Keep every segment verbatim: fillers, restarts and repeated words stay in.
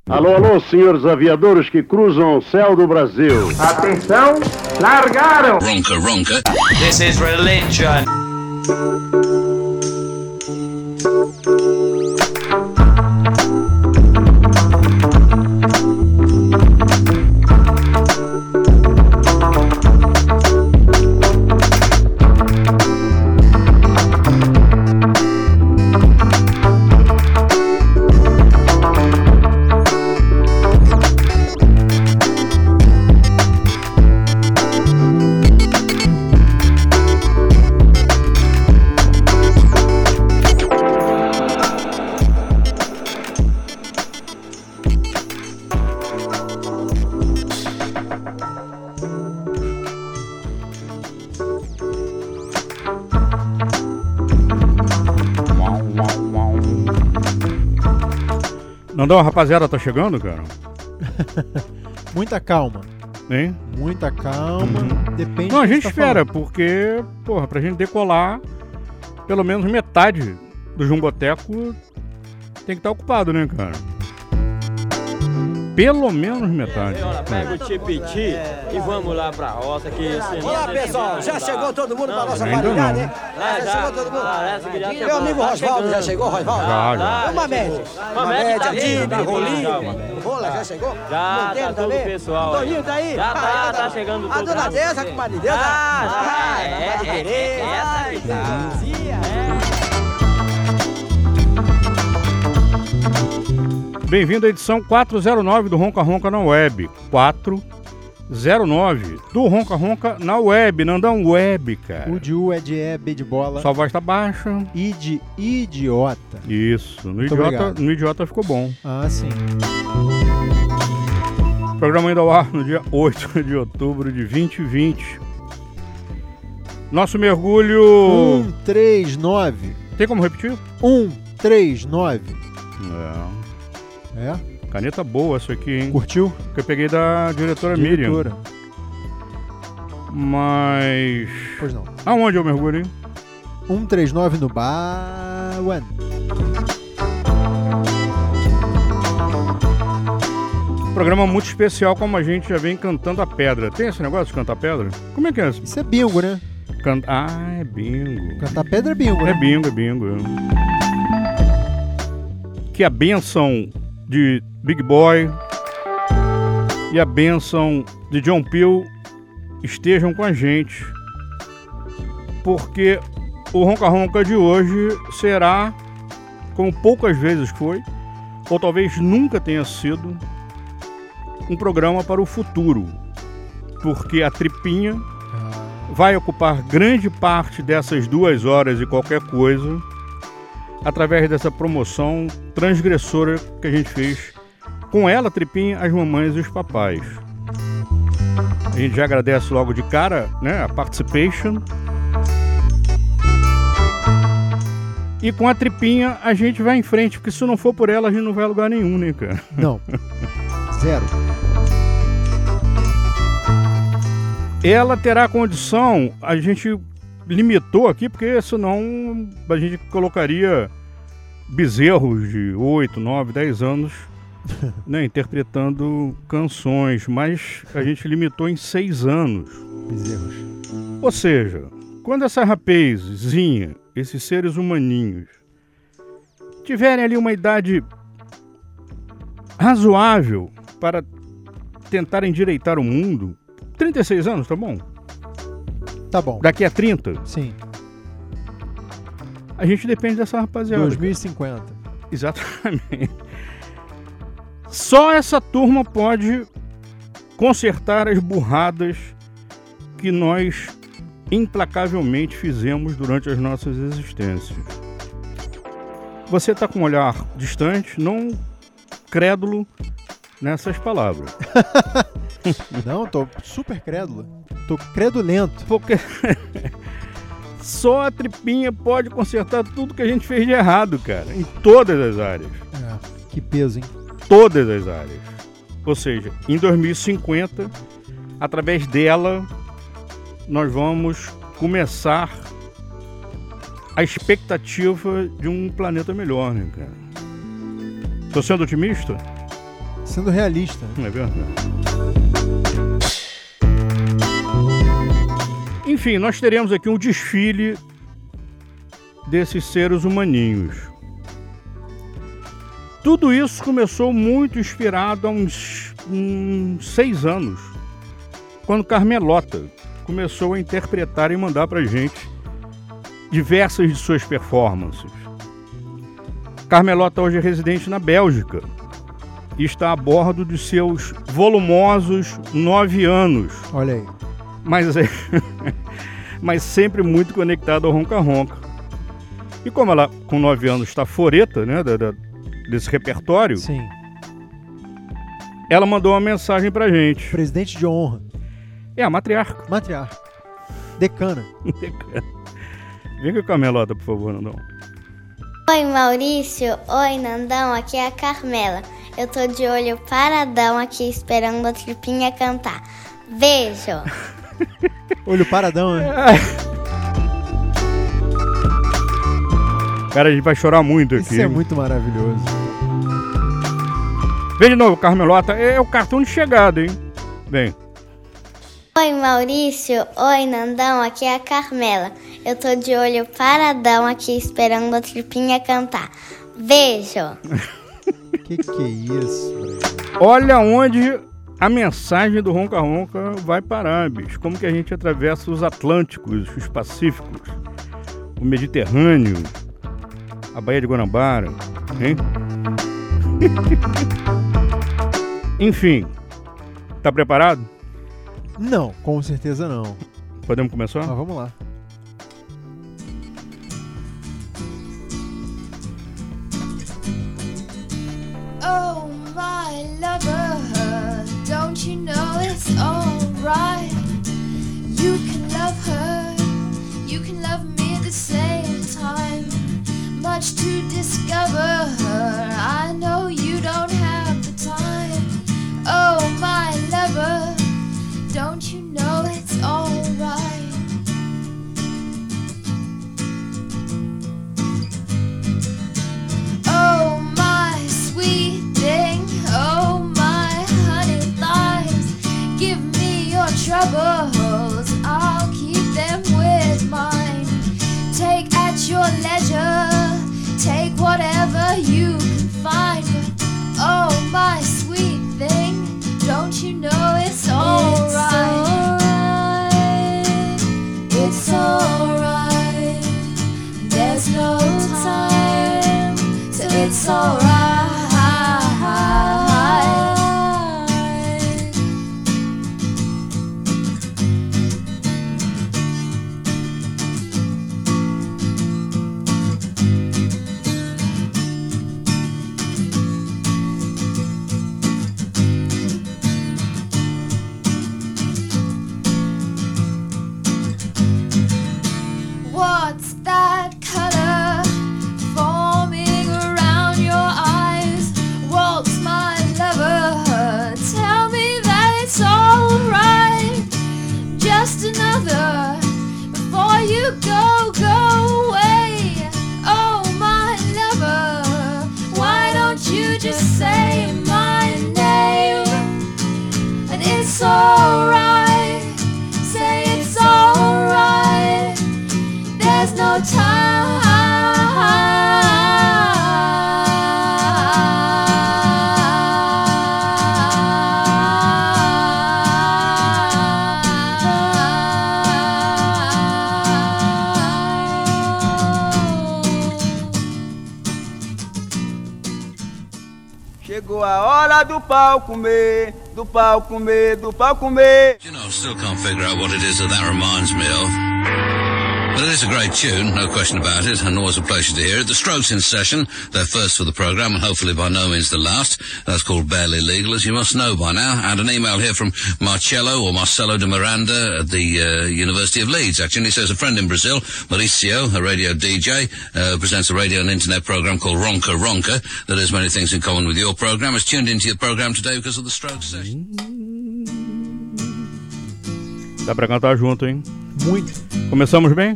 Alô, alô, senhores aviadores que cruzam o céu do Brasil. Atenção, largaram! Ronca, ronca. This is religion. Nandão, a rapaziada tá chegando, cara? Muita calma. Hein? Muita calma. Uhum. Depende Não, a do que gente você tá espera, falando. porque, porra, pra gente decolar, pelo menos metade do Jumboteco tem que estar ocupado, né, cara? Pelo menos metade. Olha, pega o tipiti e vamos lá pra roça que esse... Olá, pessoal, já chegou todo mundo para nossa ainda qualidade, não. hein? É, Já já. chegou todo mundo? Parece que já Meu chegou, amigo tá Rosvaldo já chegando. chegou, Rosvaldo? Já, já. É uma média. Uma média, Dibre, Rolinho, Rola já chegou? Já, Monteiro tá todo o também? pessoal aí. Toninho tá aí? Já tá, Ah, tá chegando A tudo. dona Deza, a comadre Deza? Já, já. Ah, É, a comadre é, Tereza. é, essa Ai, que que tá. delicia. Bem-vindo à edição quatrocentos e nove do Ronca Ronca na web. quatrocentos e nove do Ronca Ronca na web. Nandão, web, cara. U de U, é de E, B de bola. Sua voz tá baixa. I de idiota. Isso. No Muito idiota, obrigado. no idiota ficou bom. Ah, sim. Programa indo ao ar no dia oito de outubro de dois mil e vinte. Nosso mergulho... um três nove. Tem como repetir? um três nove. É. É? Caneta boa essa aqui, hein? Curtiu? Que eu peguei da diretora, Miriam. Diretora. Mas... Pois não. Aonde eu mergulho, hein? um três nove no Bawan. Programa muito especial, como a gente já vem cantando a pedra. Tem esse negócio de cantar pedra? Como é que é isso? Isso é bingo, né? Can... Ah, é bingo. Cantar pedra é bingo, É né? bingo, é bingo. Que a bênção de Big Boy e a bênção de John Peel estejam com a gente, porque o Ronca Ronca de hoje será, como poucas vezes foi, ou talvez nunca tenha sido, um programa para o futuro, porque a tripinha vai ocupar grande parte dessas duas horas e qualquer coisa através dessa promoção transgressora que a gente fez com ela, Tripinha, as mamães e os papais. A gente já agradece logo de cara, né, a participation. E com a Tripinha a gente vai em frente, porque se não for por ela a gente não vai a lugar nenhum, né, cara? Não. Zero. Ela terá condição, a gente limitou aqui, porque senão a gente colocaria bezerros de oito, nove, dez anos, né, interpretando canções, mas a gente limitou em seis anos. Bezerros. Ou seja, quando essa rapazinha, esses seres humaninhos, tiverem ali uma idade razoável para tentar endireitar o mundo, trinta e seis anos, tá bom? Tá bom. Daqui a trinta, Sim. a gente depende dessa rapaziada. dois mil e cinquenta. Exatamente. Só essa turma pode consertar as burradas que nós implacavelmente fizemos durante as nossas existências. Você está com um olhar distante, não crédulo nessas palavras. Não, tô super crédulo. Tô credulento. Porque só a Tripinha pode consertar tudo que a gente fez de errado, cara, em todas as áreas. É, que peso, hein? Todas as áreas. Ou seja, em dois mil e cinquenta, através dela, nós vamos começar a expectativa de um planeta melhor, né, cara? Tô sendo otimista? Sendo realista. Não é verdade? Enfim, nós teremos aqui um desfile desses seres humaninhos. Tudo isso começou muito inspirado há uns, uns seis anos, quando Carmelota começou a interpretar e mandar pra gente diversas de suas performances. Carmelota hoje é residente na Bélgica e está a bordo de seus volumosos nove anos. Olha aí. Mas, é, mas sempre muito conectada ao Ronca Ronca. E como ela, com nove anos, está foreta, né, da, da, desse repertório, Sim. ela mandou uma mensagem pra gente. Presidente de honra. É a matriarca. Matriarca. Decana. Vem com a Carmelota, por favor, Nandão. Oi, Maurício. Oi, Nandão. Aqui é a Carmela. Eu tô de olho paradão aqui esperando a Tripinha cantar. Beijo. Olho paradão, né? Cara, a gente vai chorar muito aqui. Isso é muito maravilhoso. Vem de novo, Carmelota. É o cartão de chegada, hein? Vem. Oi, Maurício. Oi, Nandão. Aqui é a Carmela. Eu tô de olho paradão aqui esperando a Tripinha cantar. Beijo. Que que é isso, velho? Olha onde a mensagem do Ronca Ronca vai parar, bicho. Como que a gente atravessa os Atlânticos, os Pacíficos, o Mediterrâneo, a Baía de Guanabara, hein? Enfim, tá preparado? Não, com certeza não. Podemos começar? Mas vamos lá. Oh, my lover, don't you know it's alright? You can love her, you can love me at the same time. Much to discover her, I know you don't have the time. Oh, my lover, don't you know it's alright? Oh, my sweet thing, oh, my honey thighs, give me your troubles, I'll keep them with mine. Take at your leisure, take whatever you can find. Oh, my sweet thing, don't you know it's alright? It's alright. There's no time till it's alright. What's that color forming around your eyes? Waltz, my lover, tell me that it's alright. Just another before you go, go away. Oh, my lover, why don't you just say my name? And it's alright, say it's alright. There's no time. Chegou a hora do pau comer, do pau comer, do pau comer. You know, I still can't figure out what it is that that reminds me of. But it is a great tune, no question about it, and always a pleasure to hear it. The Strokes in session, their first for the programme, and hopefully by no means the last. That's called Barely Legal, as you must know by now. And an email here from Marcello, or Marcelo de Miranda, at the uh, University of Leeds, actually. He says a friend in Brazil, Mauricio, a radio D J, uh, presents a radio and internet programme called Ronca Ronca, that has many things in common with your programme, has tuned into your programme today because of the Strokes session. Dá pra cantar junto, hein? Muito. Começamos bem?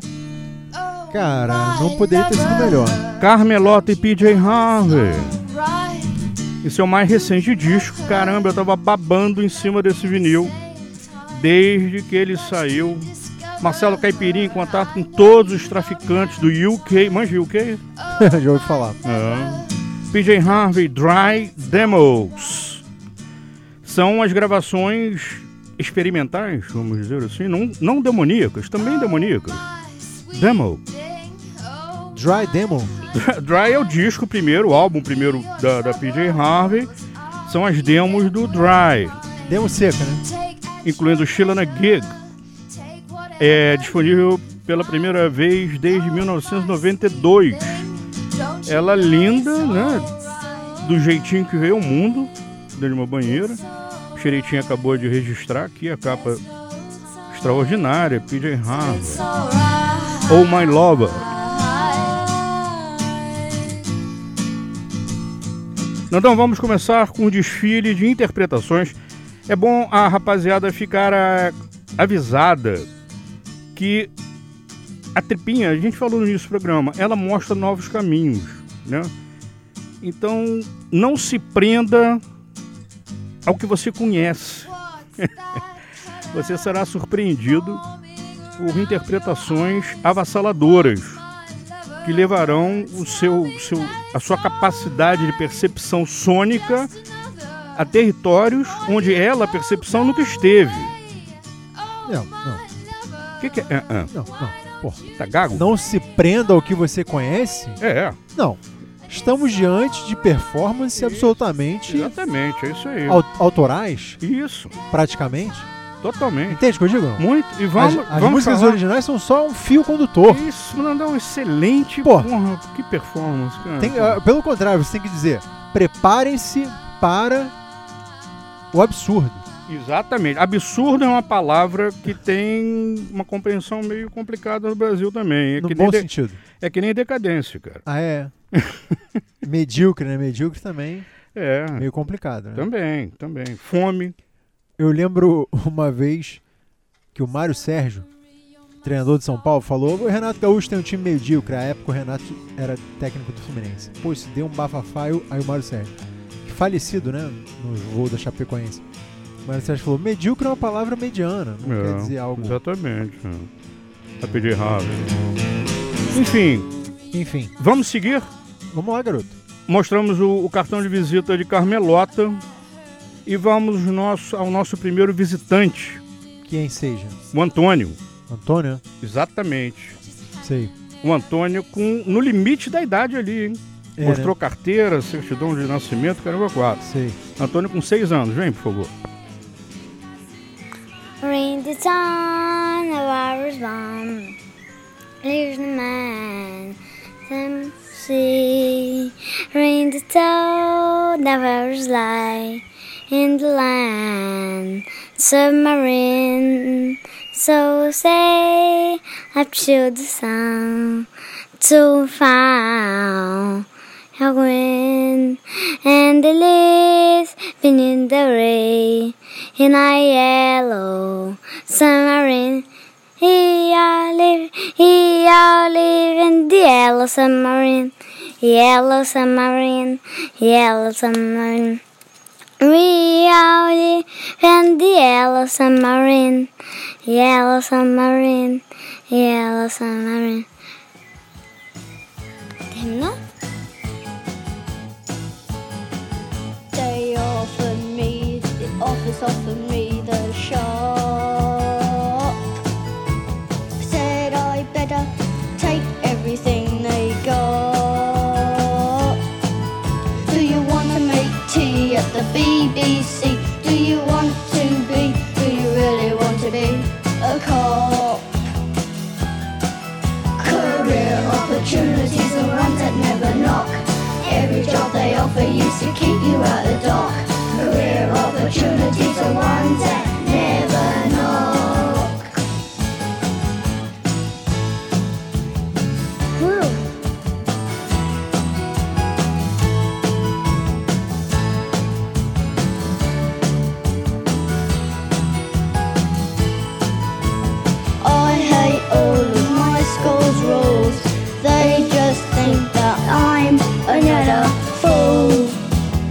Cara, não poderia ter sido melhor. Carmelota e P J Harvey. em seu mais recente disco. Caramba, eu tava babando em cima desse vinil desde que ele saiu. Marcelo Caipirinha em contato com todos os traficantes do U K. Manja U K? Já ouvi falar. É. P J Harvey Dry Demos. São as gravações experimentais, vamos dizer assim, não, não demoníacas, também demoníacas. Demo. Dry Demo? Dry é o disco primeiro, o álbum primeiro da, da P J Harvey. São as demos do Dry. Demo seca, né? Incluindo Sheila na Gig. É disponível pela primeira vez desde mil novecentos e noventa e dois. Ela linda, né? Do jeitinho que veio ao mundo, dentro de uma banheira. O Xeritinho acabou de registrar aqui a capa extraordinária, P J Harvey. Oh My Lover. Então vamos começar com o desfile de interpretações. É bom a rapaziada ficar a, avisada que a Tripinha, a gente falou no início do programa, ela mostra novos caminhos, né? Então não se prenda ao que você conhece. Você será surpreendido por interpretações avassaladoras que levarão o seu, seu, a sua capacidade de percepção sônica a territórios onde ela, a percepção, nunca esteve. Não, não. O que, que é? é, é. Não, não. Pô, tá gago? Não se prenda ao que você conhece? É. Não. Estamos diante de performances isso, absolutamente... Exatamente, é isso aí. Autorais? Isso. Praticamente? Totalmente. Entende o que eu digo? Não? Muito. E vamos, as as vamos músicas falar... originais são só um fio condutor. Isso, mandar um excelente... Pô. Porra, que performance, cara. Tem, uh, pelo contrário, você tem que dizer, preparem-se para o absurdo. Exatamente. Absurdo é uma palavra que tem uma compreensão meio complicada no Brasil também. É no que bom nem de... sentido. É que nem decadência, cara. Ah, é? Medíocre, né? Medíocre também. É. Meio complicado, né? Também, também. Fome. Eu lembro uma vez que o Mário Sérgio, treinador de São Paulo, falou: o Renato Gaúcho tem um time medíocre. Na época o Renato era técnico do Fluminense. Pô, isso deu um bafafá. Aí o Mário Sérgio, falecido, né? No voo da Chapecoense. O Mário Sérgio falou: medíocre é uma palavra mediana. Não é, quer dizer algo. Exatamente. A pedir rápido. Enfim. Enfim. Vamos seguir? Vamos lá, garoto. Mostramos o, o cartão de visita de Carmelota. E vamos nosso, ao nosso primeiro visitante. Quem seja? O Antônio. Antônio? Exatamente. Sei. O Antônio com, no limite da idade ali, hein? É, mostrou, né? Carteira, certidão de nascimento, caramba, quatro. Sei. Antônio com seis anos. Vem, por favor. Rain the sun, the hours bomb. There's the man, some sea. Rain the toad, the hours lie. In the land, submarine, so say up to the sun, to found a wind, and the leaves beneath the ray, in a yellow submarine. Here I live, here I live in the yellow submarine, yellow submarine, yellow submarine. We are live in the yellow submarine, yellow submarine, yellow submarine. Terminou? They offered me, the office offered me the shop. Said I better take everything they got. Do you want to make tea at the B B C? Do you want to be, do you really want to be a cop? Career opportunities are ones that never knock. Every job they offer used to keep you at the dock. Career opportunities are ones that never knock. Whew. I hate all of my school's rules. They just think that I'm another fool.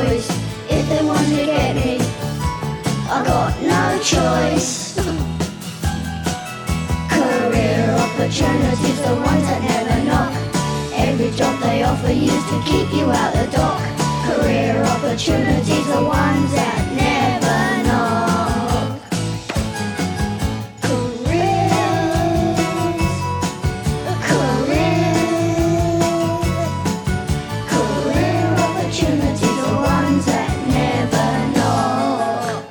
boys. If they want to get me, I got no choice. Career opportunities, the ones that never knock. Every job they offer you to keep you out the dock. Career opportunities, the ones that never knock. Careers, careers, career opportunities, the ones that never knock.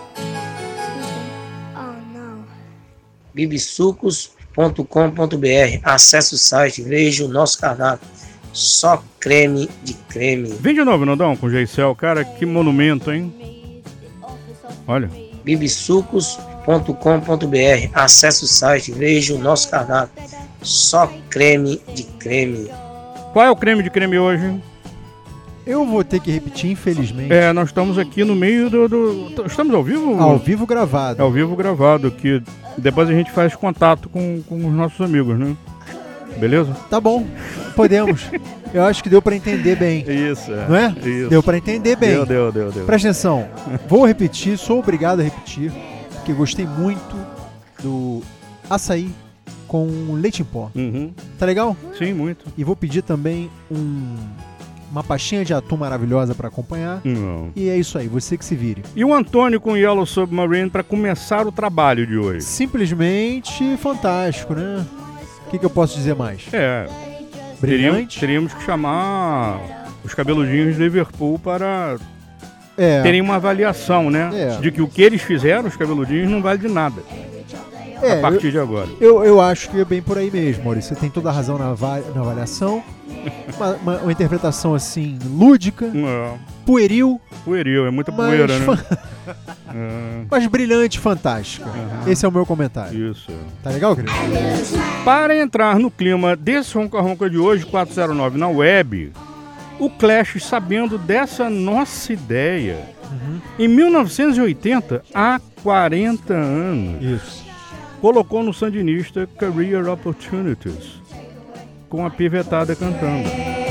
Oh no. bibsucos ponto com ponto b r. Acesse o site, veja o nosso cardápio. Só creme de creme. Vem de novo, Nandão, com o Geisel. Cara, que monumento, hein? Olha. bibsucos ponto com ponto b r. Acesse o site, veja o nosso cardápio. Só creme de creme. Qual é o creme de creme hoje? Eu vou ter que repetir, infelizmente. É, nós estamos aqui no meio do... do... Estamos ao vivo? Ao vivo gravado. É ao vivo gravado, que depois a gente faz contato com, com os nossos amigos, né? Beleza? Tá bom, podemos. Eu acho que deu pra entender bem. Isso, é. Não é? Isso. Deu pra entender bem. Deu, deu, deu, deu. Presta atenção. Vou repetir, sou obrigado a repetir, porque gostei muito do açaí com leite em pó. Uhum. Tá legal? Sim, muito. E vou pedir também um, uma pastinha de atum maravilhosa pra acompanhar. Não. E é isso aí, você que se vire. E o Antônio com Yellow Submarine para começar o trabalho de hoje. Simplesmente fantástico, né? O que, que eu posso dizer mais? É. Brilhante. Teríamos, teríamos que chamar os cabeludinhos de Liverpool para é. terem uma avaliação, né? É. De que o que eles fizeram, os cabeludinhos, não vale de nada. É, a partir eu, de agora. Eu, eu acho que é bem por aí mesmo, Maurício. Você tem toda a razão na, ava- na avaliação. Uma, uma, uma interpretação assim, lúdica, É. pueril. Pueril, é muita mas poeira, né? fa- É. Mas brilhante e fantástica. Uhum. Esse é o meu comentário. Isso. Tá legal, querido? Para entrar no clima desse Ronca Ronca de hoje, quatro zero nove na web, o Clash, sabendo dessa nossa ideia, Uhum. em mil novecentos e oitenta, há quarenta anos, Isso. colocou no Sandinista Career Opportunities, com a pivetada cantando.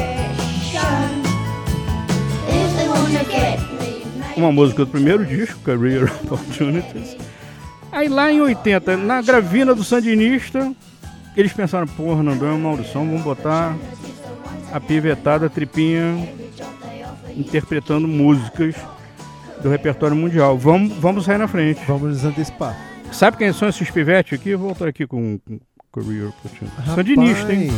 Uma música do primeiro disco, Career Opportunities. Aí lá em oitenta, na gravina do Sandinista, eles pensaram, porra, Nandão é uma maldição, vamos botar a pivetada, a tripinha, interpretando músicas do repertório mundial. Vamos, vamos sair na frente. Vamos nos antecipar. Sabe quem são esses pivetes aqui? Vou voltar aqui com, com Career Opportunities. Rapaz. Sandinista, hein?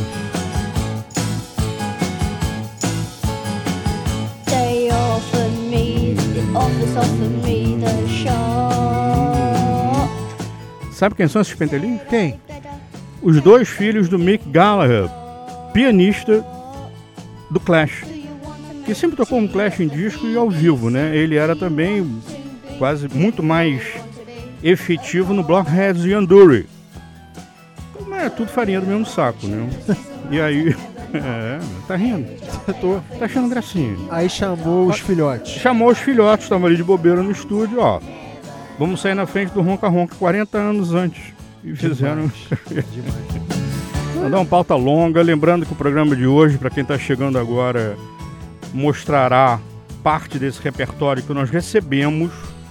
They offered me, the office offered me the shot. Sabe quem são esses pentelinhos? Quem? Os dois filhos do Mick Gallagher, pianista do Clash, que sempre tocou um Clash em disco e ao vivo, né? Ele era também quase muito mais efetivo no Blockheads e Andouille. Mas é tudo farinha do mesmo saco, né? E aí... É, tá rindo. Tô. Tá achando gracinha. Aí chamou os filhotes. Chamou os filhotes, estavam ali de bobeira no estúdio, ó. Vamos sair na frente do Ronca Ronca quarenta anos antes. E fizeram... Vou dar uma pauta longa, lembrando que o programa de hoje, para quem está chegando agora, mostrará parte desse repertório que nós recebemos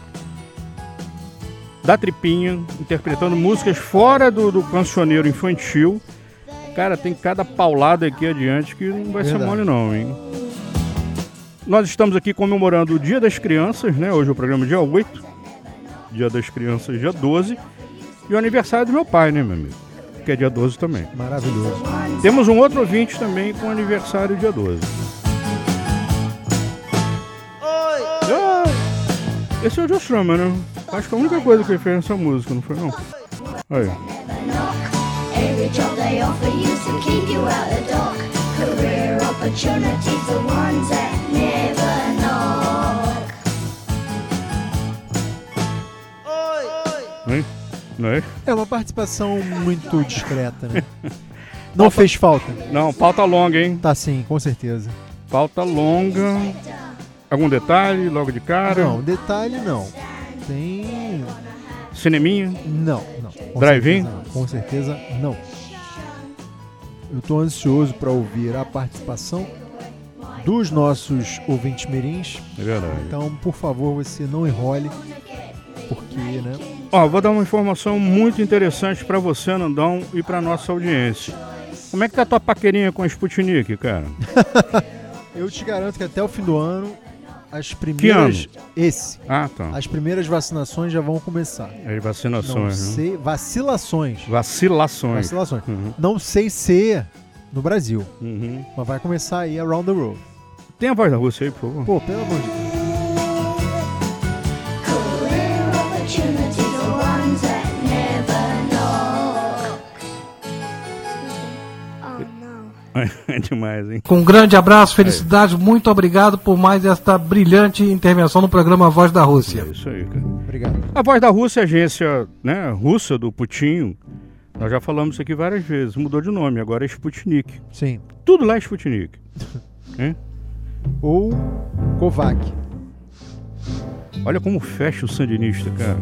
da Tripinha, interpretando músicas fora do, do cancioneiro infantil. Cara, tem cada paulada aqui adiante que não vai Verdade. ser mole não, hein? Nós estamos aqui comemorando o Dia das Crianças, né? Hoje é o programa dia oito, Dia das Crianças dia doze, e o aniversário do meu pai, né, meu amigo? Que é dia doze também. Maravilhoso. Temos um outro ouvinte também com aniversário dia doze. Ah, esse é o Joe Strummer, né? Acho que é a única coisa que ele fez nessa música, não foi não? Aí. Every job they offer you to keep you out the dock. Career opportunities, the ones that never knock. Hein? Não é? É uma participação muito discreta, né? Não fez falta. Não, pauta longa, hein? Tá sim, com certeza. Pauta longa. Algum detalhe logo de cara? Não, detalhe não. Tem... Cineminha? Não, não. Com Drive-in? certeza não. Com certeza não. Eu tô ansioso para ouvir a participação dos nossos ouvintes mirins. É verdade. Então, por favor, você não enrole, porque, né? Ó, vou dar uma informação muito interessante pra você, Nandão, e pra nossa audiência. Como é que tá a tua paquerinha com a Sputnik, cara? Eu te garanto que até o fim do ano, as primeiras... Que ano? Esse. Ah, tá. As primeiras vacinações já vão começar. As vacinações, Não né? sei, vacilações. Vacilações. Vacilações. Uhum. Não sei se no Brasil, Uhum. mas vai começar aí around the world. Tem a voz da Rússia aí, por favor. Pô, pelo amor de Deus. Career opportunities are ones that never knock. Oh no. É demais, hein? Com um grande abraço, felicidades, muito obrigado por mais esta brilhante intervenção no programa Voz da Rússia. É isso aí, cara. Obrigado. A Voz da Rússia, agência, né, russa do Putinho, nós já falamos isso aqui várias vezes, mudou de nome, agora é Sputnik. Sim. Tudo lá é Sputnik. Hein? Ou Kovac. Olha como fecha o sandinista, cara.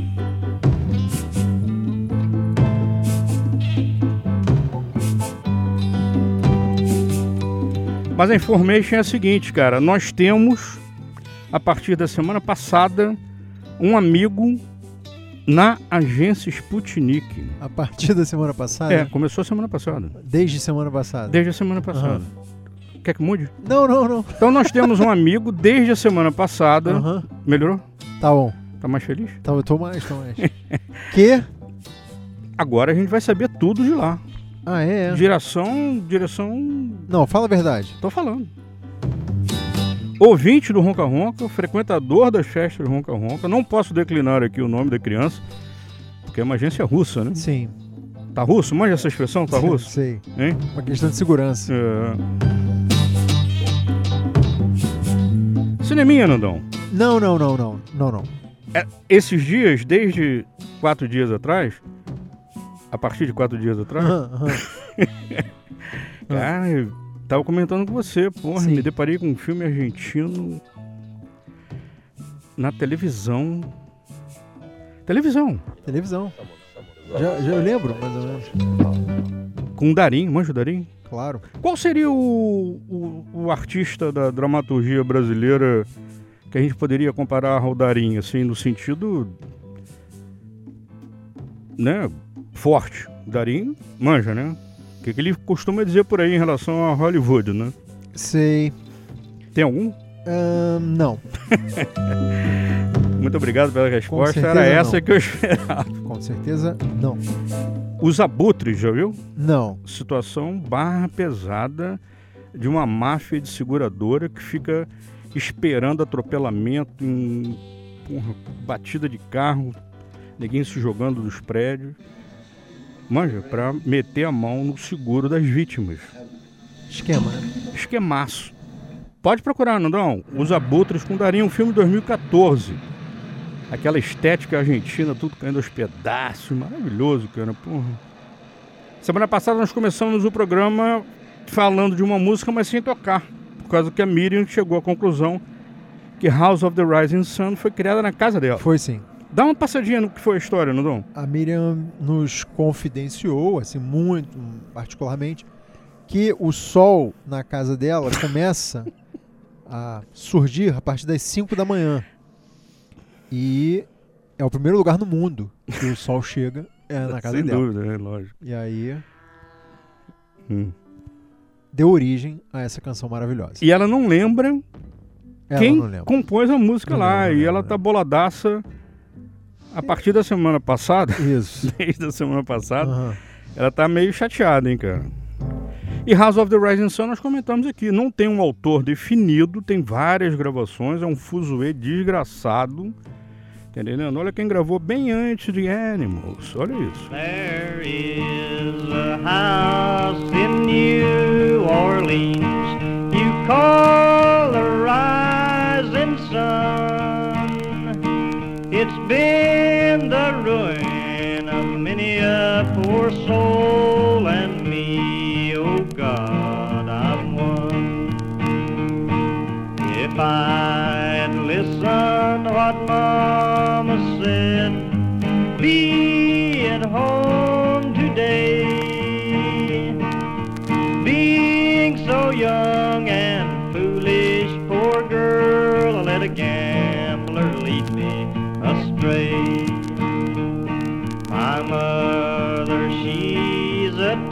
Mas a information é a seguinte, cara. Nós temos, a partir da semana passada, um amigo na agência Sputnik. A partir da semana passada? É, começou a semana passada. Desde semana passada? Desde a semana passada. Uhum. Quer que mude? Não, não, não. Então nós temos um amigo desde a semana passada. Uhum. Melhorou? Tá bom. Tá mais feliz? Tá, eu tô mais, tô mais. Que? Agora a gente vai saber tudo de lá. Ah, é? Direção, direção... Não, fala a verdade. Tô falando. Ouvinte do Ronca Ronca, frequentador das festas do Ronca Ronca. Não posso declinar aqui o nome da criança, porque é uma agência russa, né? Sim. Tá russo? Manja essa expressão? Tá russo? Sei. Hein? Uma questão de segurança. É. Cineminha, Nandão? Não, não, não, não. Não, não. É, esses dias, desde quatro dias atrás, a partir de quatro dias atrás, Uhum, uhum. cara, eu tava comentando com você, porra, Sim. me deparei com um filme argentino na televisão. Televisão. Televisão. Já, já eu lembro, mais ou menos. Com o Darim, manja o Darim? Claro. Qual seria o, o, o artista da dramaturgia brasileira que a gente poderia comparar ao Darim, assim, no sentido, né, forte? Darim manja, né? O que, que ele costuma dizer por aí em relação a Hollywood, né? Sei. Tem algum? Uh, não. Muito obrigado pela resposta, Com era certeza essa não. que eu esperava. Com certeza, não. Os Abutres, já viu? Não. Situação barra pesada de uma máfia de seguradora que fica esperando atropelamento em porra, batida de carro, ninguém se jogando dos prédios. Manja, pra meter a mão no seguro das vítimas. Esquema, né? Esquemaço. Pode procurar, Nandão. Os Abutres com Darim, um filme de dois mil e catorze. Aquela estética argentina, tudo caindo aos pedaços. Maravilhoso, cara. Porra. Semana passada nós começamos o programa falando de uma música, mas sem tocar. Por causa que a Miriam chegou à conclusão que House of the Rising Sun foi criada na casa dela. Foi sim. Dá uma passadinha no que foi a história, Nandão. A Miriam nos confidenciou, assim, muito particularmente, que o sol na casa dela começa a surgir a partir das cinco da manhã. E é o primeiro lugar no mundo que o sol chega é na casa Sem dela. dúvida, é lógico. E aí Hum. deu origem a essa canção maravilhosa. E ela não lembra Ela quem não lembra. compôs a música Não lá. lembra, e não ela lembra. tá boladaça a partir da semana passada. Isso. Desde a semana passada. Aham. Ela tá meio chateada, hein, cara. E House of the Rising Sun nós comentamos aqui. Não tem um autor definido, tem várias gravações, é um fuzuê desgraçado. Tá entendendo? Olha quem gravou bem antes de Animals. Olha isso. There is a house in New Orleans you call the rising sun. It's been the ruin of many a poor soul and me, oh God, I'm one. If I'd listened what Mama said, be at home today, being so young and foolish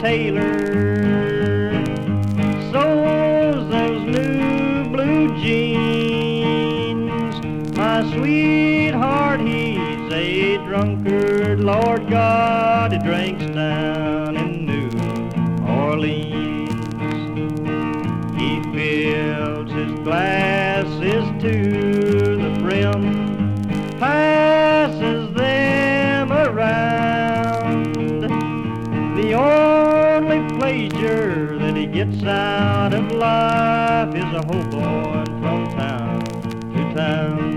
tailor sews those new blue jeans. My sweetheart, he's a drunkard, Lord God, he drinks down in New Orleans. He fills his glasses to the brim, passes them around. The only pleasure that he gets out of life is a hoboing from town to town.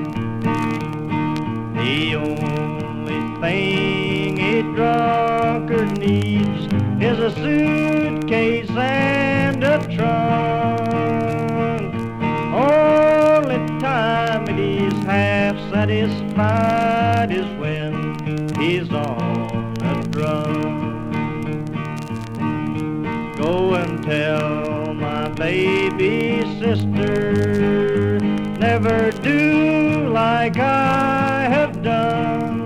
The only thing a drunkard needs is a suitcase and a trunk. Only time that he's half satisfied is when he's on a drum. Go and tell my baby sister, never do like I have done.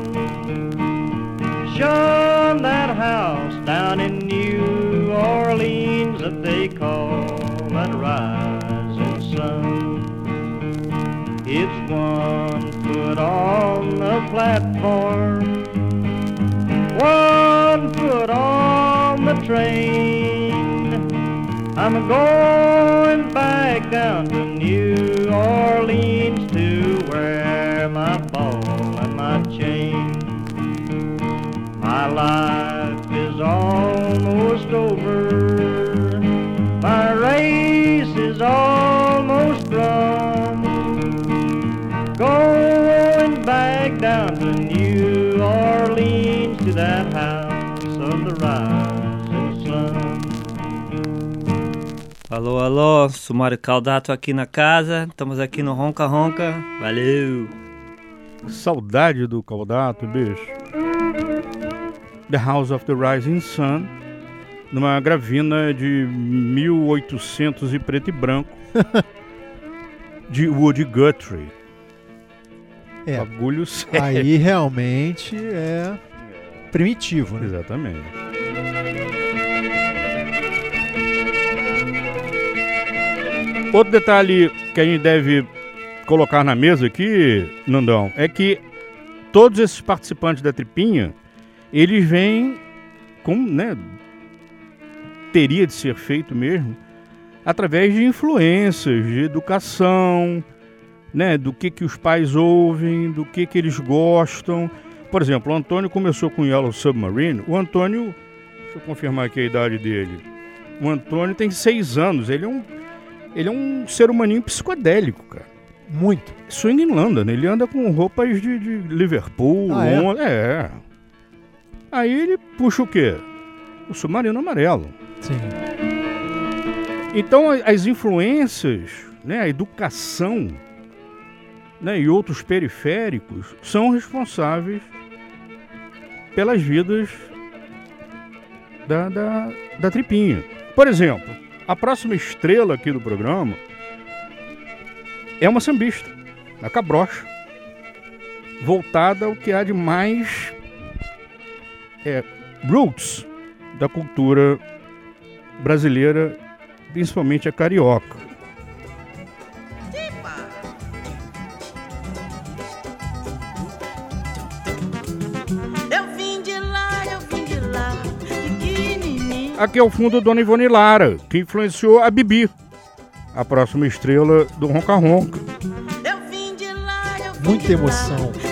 Shun that house down in New Orleans that they call that rising sun. It's one foot on the platform, one foot on the train. I'm going back down to New Orleans to wear my ball and my chain. My life is almost over, my race is almost run. Going back down to New Orleans to that house of the rising sun. Alô, alô, Sumário Caldato aqui na casa, estamos aqui no Ronca Ronca, valeu! Saudade do Caldato, bicho. The House of the Rising Sun, numa gravina de mil e oitocentos e preto e branco, de Woody Guthrie. É, bagulho sério. Aí realmente é primitivo, né? Exatamente. Outro detalhe que a gente deve colocar na mesa aqui, Nandão, é que todos esses participantes da tripinha, eles vêm, como, né, teria de ser feito mesmo, através de influências, de educação, né, do que, que os pais ouvem, do que, que eles gostam. Por exemplo, o Antônio começou com Yellow Submarine. O Antônio, deixa eu confirmar aqui a idade dele. O Antônio tem seis anos, ele é um, ele é um ser humaninho psicodélico, cara. Muito. Swing in London, ele anda com roupas de, de Liverpool, ah, é? Londres, é. Aí ele puxa o quê? O Submarino Amarelo. Sim. Então as influências, né, a educação, né, e outros periféricos são responsáveis pelas vidas da, da, da tripinha. Por exemplo, a próxima estrela aqui do programa é uma sambista, a Cabrocha, voltada ao que há de mais é, roots da cultura brasileira, principalmente a carioca. Eu vim de lá, eu vim de lá, pequenininho. Aqui é o fundo Dona Ivone Lara, que influenciou a Bibi, a próxima estrela do Ronca Ronca. Eu vim de lá, eu vim Muita de emoção. lá,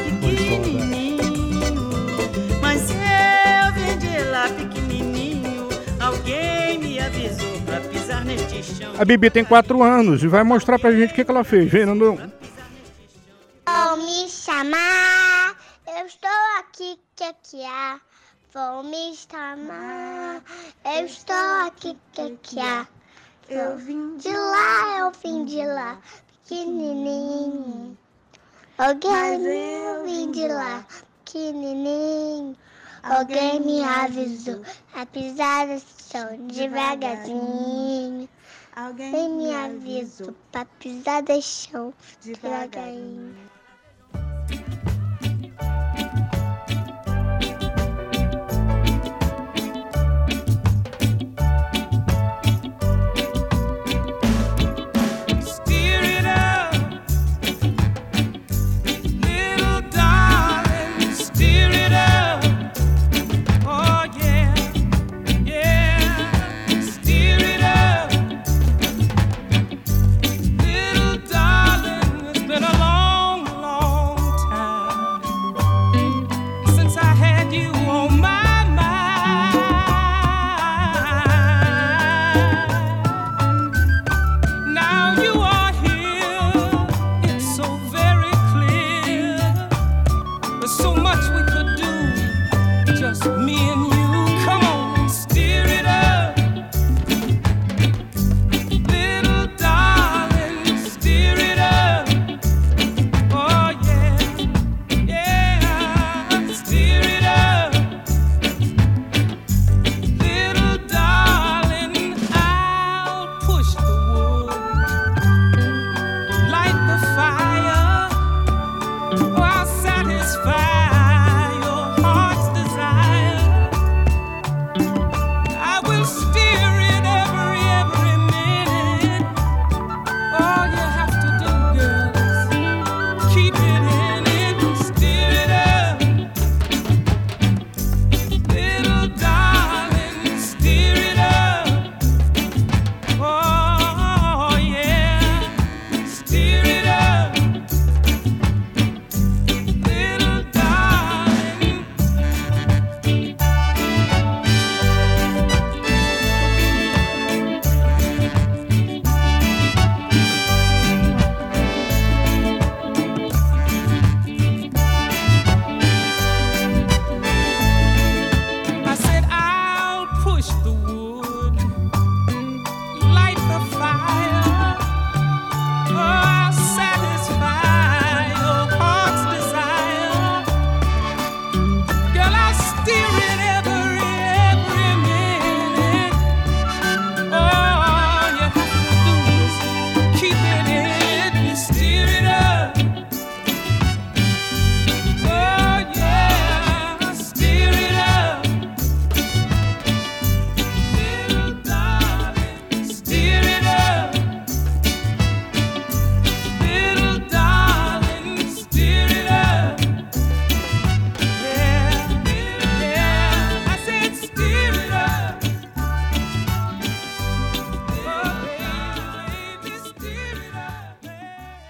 mas eu vim de lá pequenininho. Alguém me avisou pra pisar neste chão. A Bibi tem quatro anos e vai mostrar pra gente o que, que ela fez. Vem, Nandão. Vou me chamar, eu estou aqui, que que há? Vou me chamar, eu estou aqui, que que há? Eu vim de lá, eu vim de lá, pequenininho. Alguém eu vim de lá, pequenininho. Alguém me avisou a pisar no chão devagarzinho. Alguém me avisou pra pisar no chão devagarinho.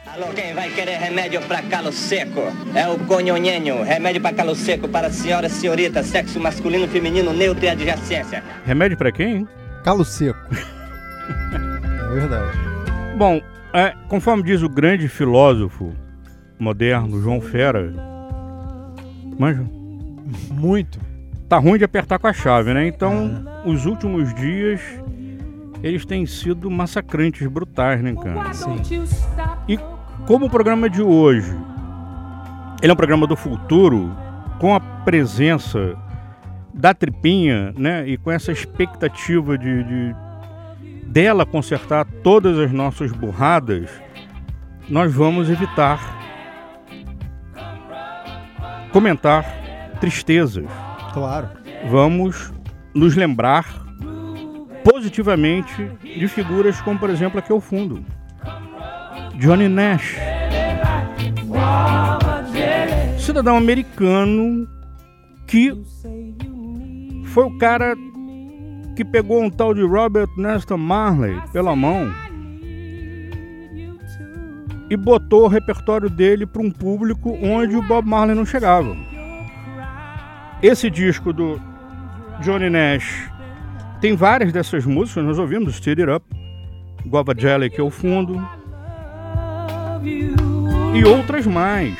Alô, quem vai querer remédio pra calo seco? É o conhonhenho, remédio pra calo seco para senhora e senhorita, sexo masculino, feminino, neutro e adjacência. Remédio pra quem, hein? Calo seco. É verdade. Bom, é, conforme diz o grande filósofo moderno, João Fera, manja? Muito. Tá ruim de apertar com a chave, né? Então, é. os últimos dias, eles têm sido massacrantes, brutais, né, cara? Sim. E como o programa de hoje, ele é um programa do futuro, com a presença da Tripinha, né? E com essa expectativa de, de dela consertar todas as nossas burradas, nós vamos evitar comentar tristezas. Claro. Vamos nos lembrar positivamente de figuras como, por exemplo, aqui ao fundo, Johnny Nash, cidadão americano que foi o cara que pegou um tal de Robert Nesta Marley pela mão e botou o repertório dele para um público onde o Bob Marley não chegava. Esse disco do Johnny Nash tem várias dessas músicas, nós ouvimos Steady It Up, Guava Jelly, que é o fundo, e outras mais.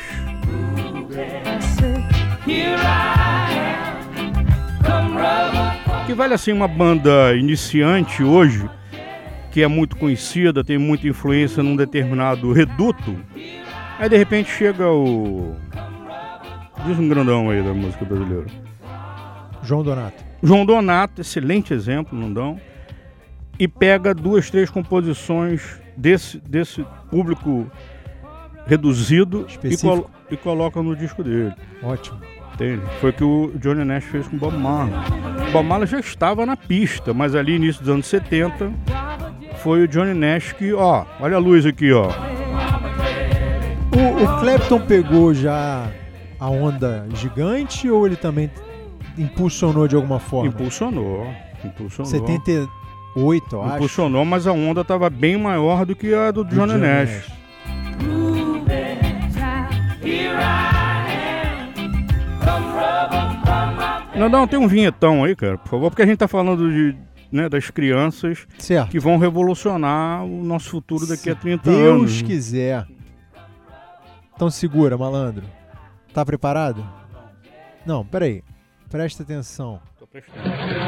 Que vale assim uma banda iniciante hoje, que é muito conhecida, tem muita influência num determinado reduto, aí de repente chega o... diz um grandão aí da música brasileira. João Donato. João Donato, excelente exemplo, Nandão. E pega duas, três composições desse, desse público reduzido e, colo- e coloca no disco dele. Ótimo. Entende? Foi o que o Johnny Nash fez com o Bob Marley. O Bob Marley já estava na pista, mas ali início dos anos setenta foi o Johnny Nash que, ó, olha a luz aqui, ó. O, o Clapton pegou já a onda gigante ou ele também impulsionou de alguma forma? Impulsionou. Impulsionou. setenta e oito, eu acho. Impulsionou, mas a onda estava bem maior do que a do, do Johnny, Johnny Nash. Nash. Nandão, tem um vinhetão aí, cara, por favor, porque a gente tá falando de, né, das crianças certo. Que vão revolucionar o nosso futuro daqui Se a trinta Deus anos. Deus quiser. Então segura, malandro. Tá preparado? Não, peraí. Presta atenção. Tô prestando.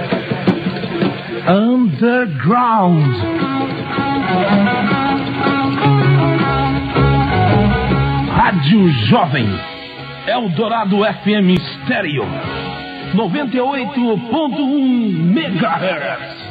Underground. Rádio Jovem. Eldorado F M Estéreo. noventa e oito ponto um megahertz.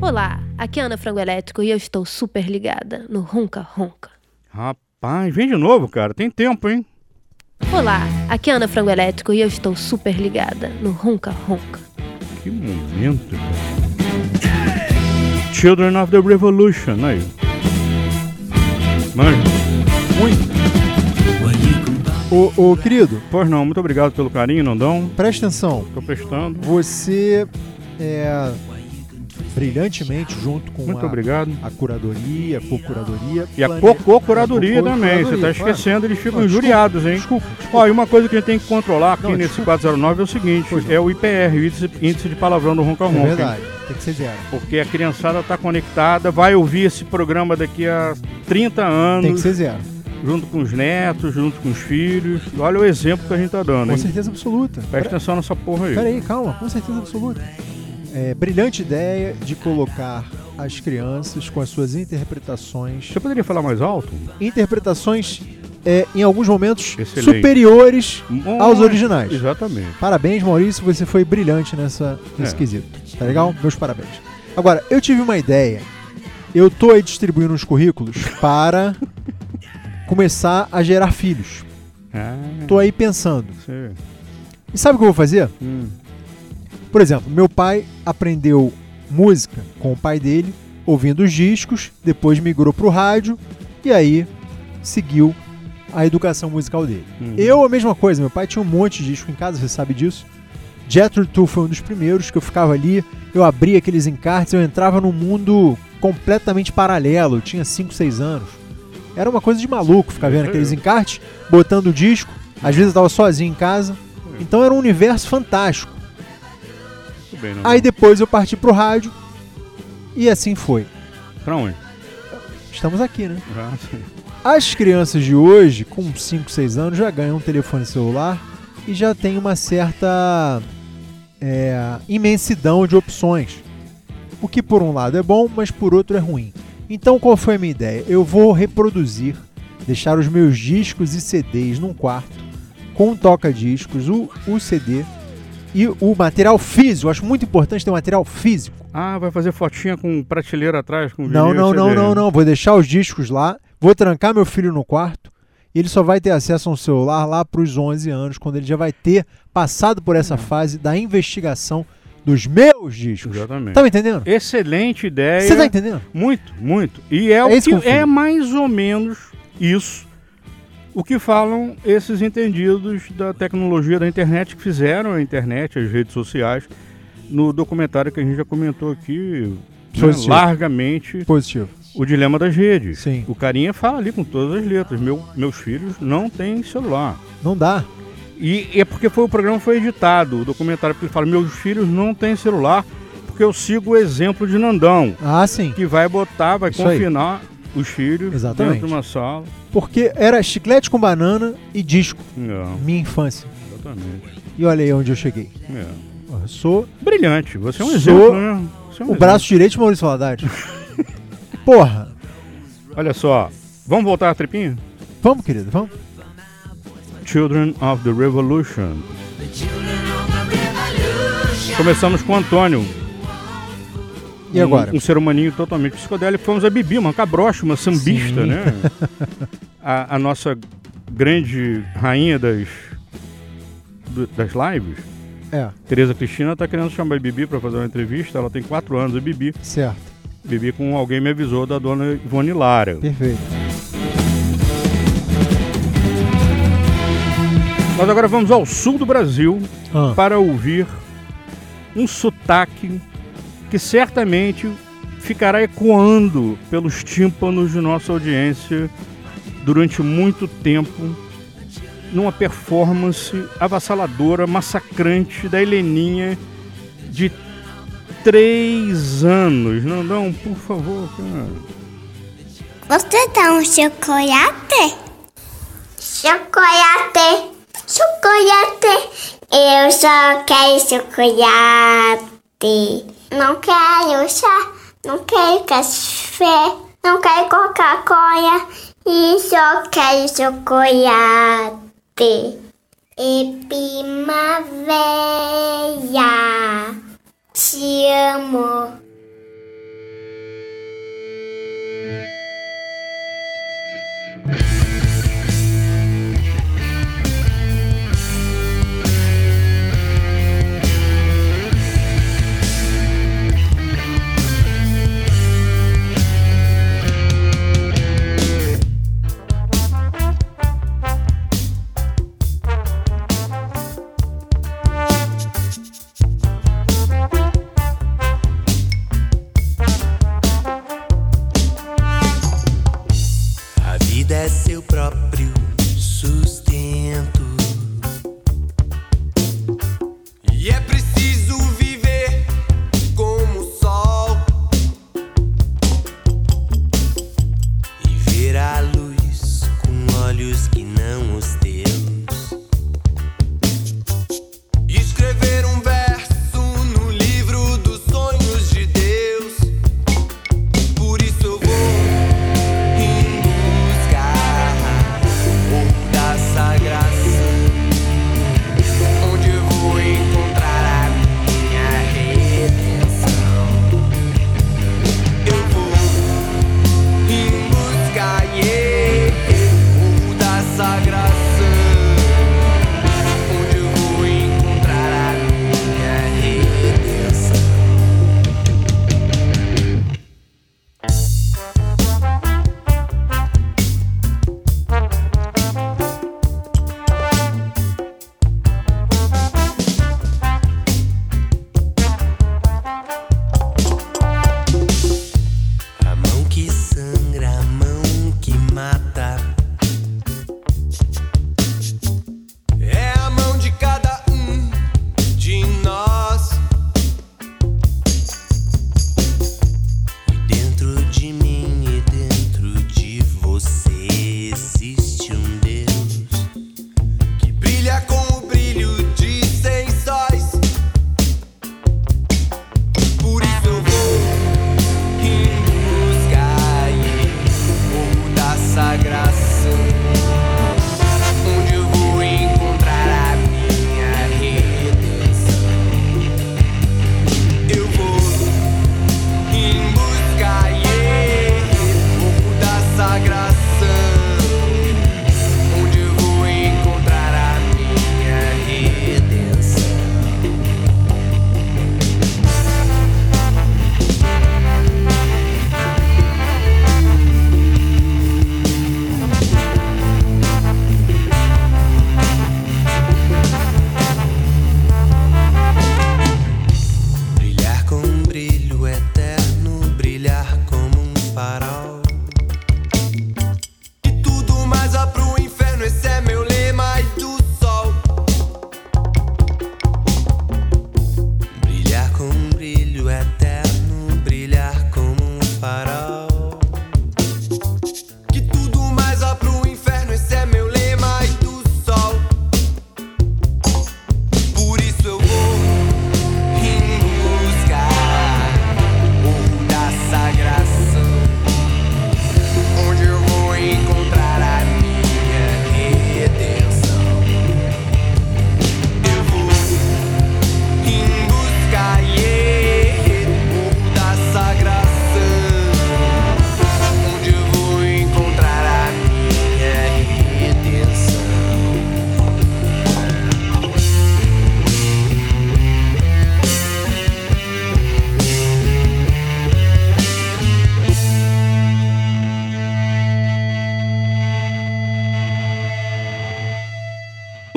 Olá, aqui é Ana Frango Elétrico e eu estou super ligada no Ronca Ronca. Rapaz, vem de novo, cara. Tem tempo, hein? Olá, aqui é Ana Frango Elétrico e eu estou super ligada no Ronca Ronca. Que momento, cara. Children of the Revolution, aí. Mano, muito. Ô, ô, querido. Pois não, muito obrigado pelo carinho, Nandão. Presta atenção. Tô prestando. Você é brilhantemente junto com muito a, obrigado. a curadoria, a co-curadoria. E a plane... co-co-curadoria também. Você tá esquecendo, eles ficam não, injuriados, desculpa, hein? Desculpa, desculpa. Ó, e uma coisa que a gente tem que controlar aqui não, nesse desculpa. quatro zero nove é o seguinte, é o I P R, o índice, índice de palavrão do Ronca Ronca. É verdade, tem que ser zero. Porque a criançada tá conectada, vai ouvir esse programa daqui a trinta anos. Tem que ser zero. Junto com os netos, junto com os filhos. Olha o exemplo que a gente tá dando, Com hein? certeza absoluta. Presta atenção nessa porra aí. Pera aí, calma, com certeza absoluta. É, brilhante ideia de colocar as crianças com as suas interpretações. Você poderia falar mais alto? Interpretações, é, em alguns momentos, Excelente. superiores Oh, aos originais. Exatamente. Parabéns, Maurício, você foi brilhante nessa, nesse É. quesito. Tá legal? Meus parabéns. Agora, eu tive uma ideia. Eu tô aí distribuindo os currículos para começar a gerar filhos. Ah, Tô aí pensando. sim. E sabe o que eu vou fazer? Hum. Por exemplo, meu pai aprendeu música com o pai dele, ouvindo os discos, depois migrou pro rádio e aí seguiu a educação musical dele. Uhum. Eu, a mesma coisa, meu pai tinha um monte de disco em casa, você sabe disso. Jethro Tull foi um dos primeiros que eu ficava ali, eu abria aqueles encartes, eu entrava num mundo completamente paralelo, eu tinha cinco, seis anos. Era uma coisa de maluco ficar vendo aqueles encartes, botando o disco, às vezes eu tava sozinho em casa, então era um universo fantástico. Bem, não Aí não. depois eu parti pro rádio e assim foi. Pra onde? Estamos aqui, né? Ah, sim. As crianças de hoje, com cinco, seis anos, já ganham um telefone celular e já tem uma certa é, imensidão de opções. O que por um lado é bom, mas por outro é ruim. Então qual foi a minha ideia? Eu vou reproduzir, deixar os meus discos e C Ds num quarto, com um toca-discos, o, o C D e o material físico. Eu acho muito importante ter um material físico. Ah, vai fazer fotinha com prateleira atrás, com Não, vinil não, e não, C D. não, não. Vou deixar os discos lá, vou trancar meu filho no quarto e ele só vai ter acesso a um celular lá para os onze anos, quando ele já vai ter passado por essa fase da investigação dos meus discos. Exatamente. Tá me entendendo? Excelente ideia. Você tá entendendo? Muito, muito. E é, É o isso que que eu é fiz. mais ou menos isso o que falam esses entendidos da tecnologia da internet, que fizeram a internet, as redes sociais, no documentário que a gente já comentou aqui, né, Positivo. largamente. Positivo. O dilema das redes. Sim. O carinha fala ali com todas as letras. Meu, meus filhos não têm celular. Não dá. E é porque foi, o programa foi editado, o documentário, porque ele fala, meus filhos não têm celular, porque eu sigo o exemplo de Nandão. Ah, sim. Que vai botar, vai Isso aí. confinar os filhos Exatamente. dentro de uma sala. Porque era chiclete com banana e disco. Não. Minha infância. Exatamente. E olha aí onde eu cheguei. É. Eu sou... Brilhante, você é um sou exemplo, né? Você é um o exemplo. braço direito de Maurício Valadares. Porra. Olha só, vamos voltar a tripinha? Vamos, querido, vamos. Children of the Revolution. Começamos com o Antônio. E agora? Um, um ser humaninho totalmente psicodélico. Fomos a Bibi, uma cabrocha, uma sambista, Sim. né? a, a nossa grande rainha das, do- das lives. É. Tereza Cristina tá querendo chamar a Bibi para fazer uma entrevista. Ela tem quatro anos, a Bibi. Certo. Bibi com alguém me avisou da dona Ivone Lara. Perfeito. Nós agora vamos ao sul do Brasil Ah. para ouvir um sotaque que certamente ficará ecoando pelos tímpanos de nossa audiência durante muito tempo, numa performance avassaladora, massacrante da Heleninha de três anos. Nandão, por favor, cara. Você dá um chocolate? Chocolate, chocolate. Eu só quero chocolate. Não quero chá, não quero café, não quero Coca-Cola e só quero chocolate. E primavera, te amo.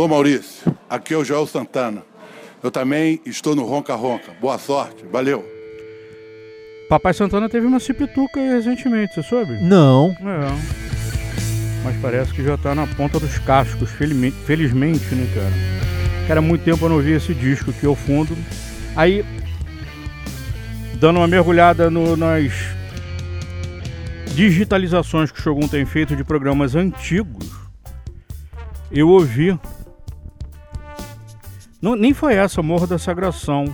Ô Maurício, aqui é o Joel Santana. Eu também estou no Ronca Ronca. Boa sorte, valeu. Papai Santana teve uma cipituca recentemente, você soube? Não. É. Mas parece que já tá na ponta dos cascos, felizmente, felizmente, né, cara? Cara, há muito tempo eu não ouvi esse disco aqui ao fundo. Aí, dando uma mergulhada no, nas digitalizações que o Shogun tem feito de programas antigos, eu ouvi. Não, nem foi essa, Morro da Sagração.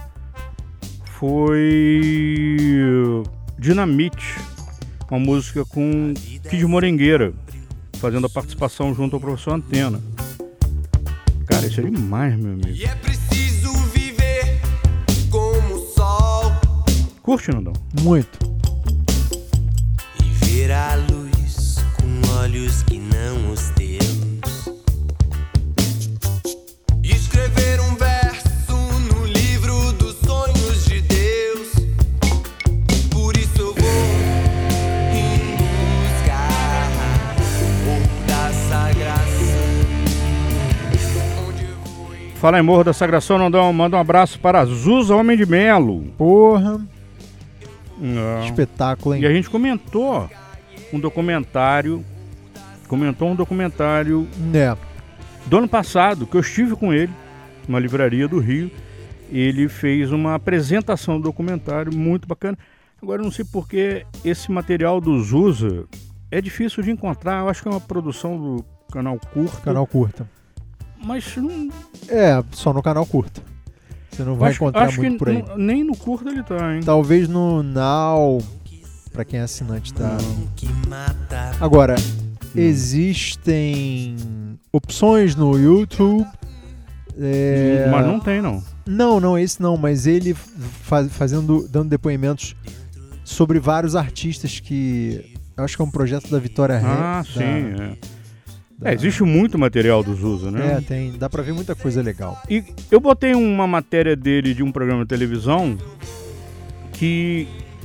Foi Dinamite, uma música com Kid Morengueira, fazendo a participação junto ao professor Antena. Cara, isso é demais, meu amigo. E é preciso viver como o sol. Curte, Nandão? Muito. E ver a luz com olhos que não os teus. Escrever um verso no livro dos sonhos de Deus. Por isso eu vou em buscar Morro da Sagração. Fala em Morro da Sagração, Nandão, manda um abraço para Zusa Homem de Melo. Porra. Não. Espetáculo, hein? E a gente comentou um documentário, comentou um documentário é. do ano passado, que eu estive com ele, numa livraria do Rio. Ele fez uma apresentação do documentário muito bacana. Agora eu não sei porque esse material do Zusa é difícil de encontrar. Eu acho que é uma produção do Canal Curta. Canal Curta. Mas não... É, só no Canal Curta. Você não vai acho, encontrar acho muito que por aí. N- nem no Curta ele tá, hein? Talvez no Now, pra quem é assinante, tá. Agora, hum. existem opções no YouTube. É... Mas não tem, não. Não, não, esse não, mas ele faz, fazendo, dando depoimentos sobre vários artistas que... Eu acho que é um projeto da Vitória Ré. Ah, da, sim, é. Da... É, existe muito material do Zusa, né? É, tem. Dá pra ver muita coisa legal. E eu botei uma matéria dele de um programa de televisão que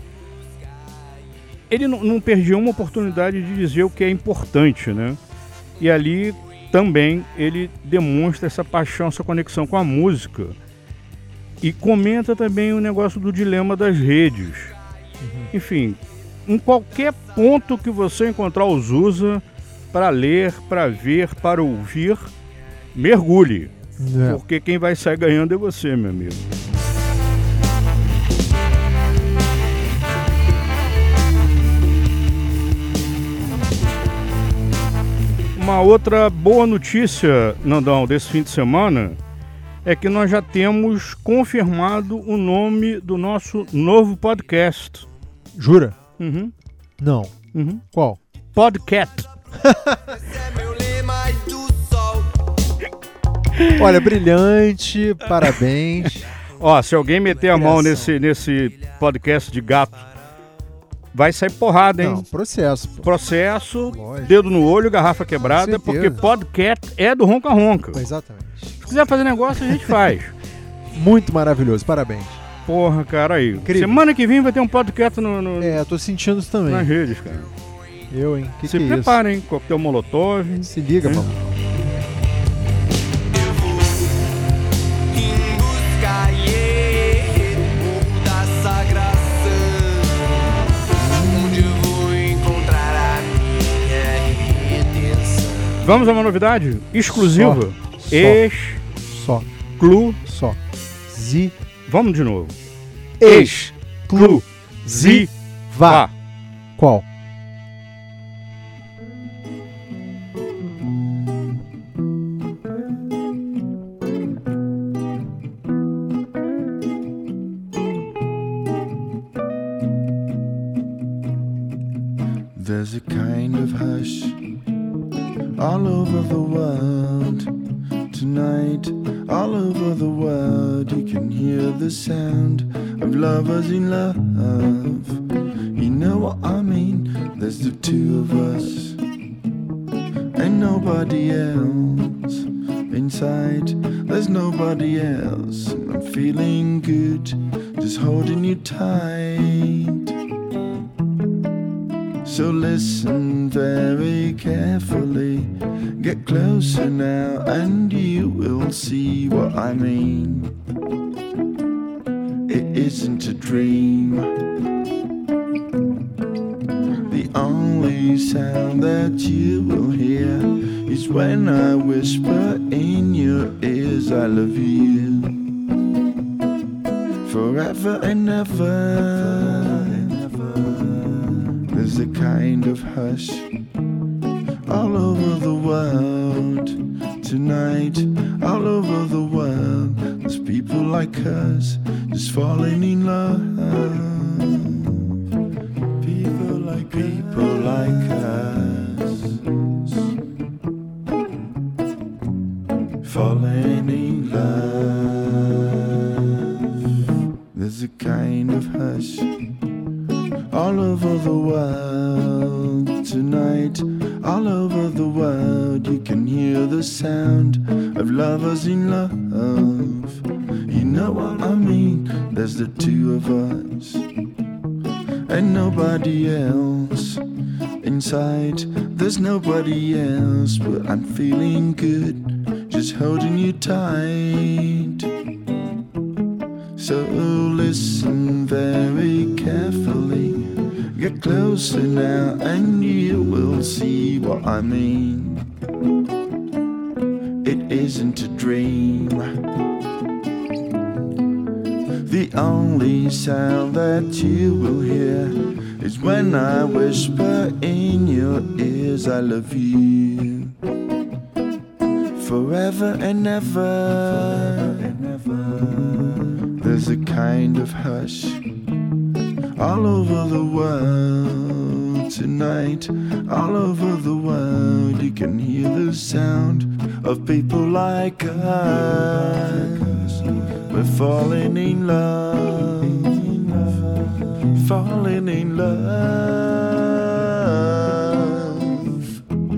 ele não, não perdia uma oportunidade de dizer o que é importante, né? E ali também ele demonstra essa paixão, essa conexão com a música e comenta também o negócio do dilema das redes. Uhum. Enfim, em qualquer ponto que você encontrar o Zusa, para ler, para ver, para ouvir, mergulhe. É. Porque quem vai sair ganhando é você, meu amigo. Uma outra boa notícia, Nandão, desse fim de semana, é que nós já temos confirmado o nome do nosso novo podcast. Jura? Uhum. Não. Uhum. Qual? Podcast. Olha, brilhante, parabéns. Ó, se alguém meter a mão nesse, nesse podcast de gato, vai sair porrada, hein? Não, processo. Pô. Processo, lógico. Dedo no olho, garrafa quebrada, porque podcast é do Ronca Ronca. Exatamente. Se quiser fazer negócio, a gente faz. Muito maravilhoso, parabéns. Porra, cara, aí. Incrível. Semana que vem vai ter um podcast no, no... É, eu tô sentindo isso também. Nas redes, cara. Eu, hein? Que Se que prepara, é hein? Coquetel Molotov. Se liga, é. mano. Vamos a uma novidade exclusiva. Só. Ex. Só. Clu. Só. Zi. Vamos de novo. Ex. Clu. Zi. Vá. Qual? There's a kind of hush all over the world tonight. All over the world you can hear the sound of lovers in love. You know what I mean? There's the two of us and nobody else inside. There's nobody else. I'm feeling good, just holding you tight. So listen very carefully. Get closer now and you will see what I mean. It isn't a dream. The only sound that you will hear is when I whisper in your ears, I love you forever and ever. There's a kind of hush all over the world tonight, all over the world. There's people like us just falling in love. People like people like us falling in love. There's a kind of hush all over the world tonight, all over the world. You can hear the sound of lovers in love. You know what I mean? There's the two of us and nobody else. Inside there's nobody else, but I'm feeling good, just holding you tight. So listen very carefully. Get closer now and you will see what I mean. It isn't a dream. The only sound that you will hear is when I whisper in your ears, I love you forever and ever. There's a kind of hush all over the world tonight, all over the world. You can hear the sound of people like us. We're falling in love, falling in love.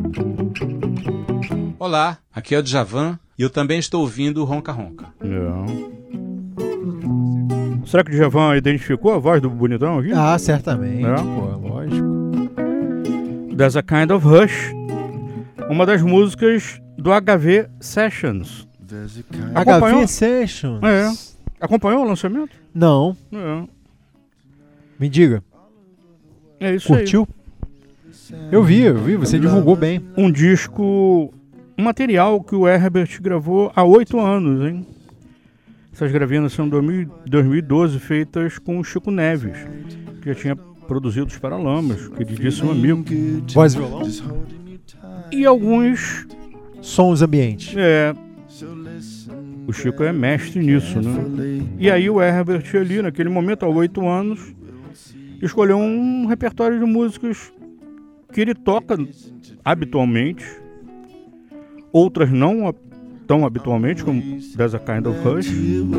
Olá, aqui é o Djavan e eu também estou ouvindo o Ronca Ronca. Não. Será que o Djavan identificou a voz do bonitão aqui? Ah, certamente, é? Pô, lógico. There's a Kind of Hush, uma das músicas do H V Sessions. H V Sessions? É. Acompanhou o lançamento? Não. É. Me diga. É isso. Curtiu? Aí. Eu vi, eu vi, você divulgou bem. Um disco, um material que o Herbert gravou há oito anos, hein? Essas gravinas são de dois mil e doze, feitas com o Chico Neves, que já tinha produzido os Paralamas, queridíssimo amigo. Voz e violão? E alguns sons ambientes. É. O Chico é mestre nisso, né? E aí o Herbert ali, naquele momento, há oito anos, escolheu um repertório de músicas que ele toca habitualmente, outras não tão habitualmente, como There's a Kind of Hush.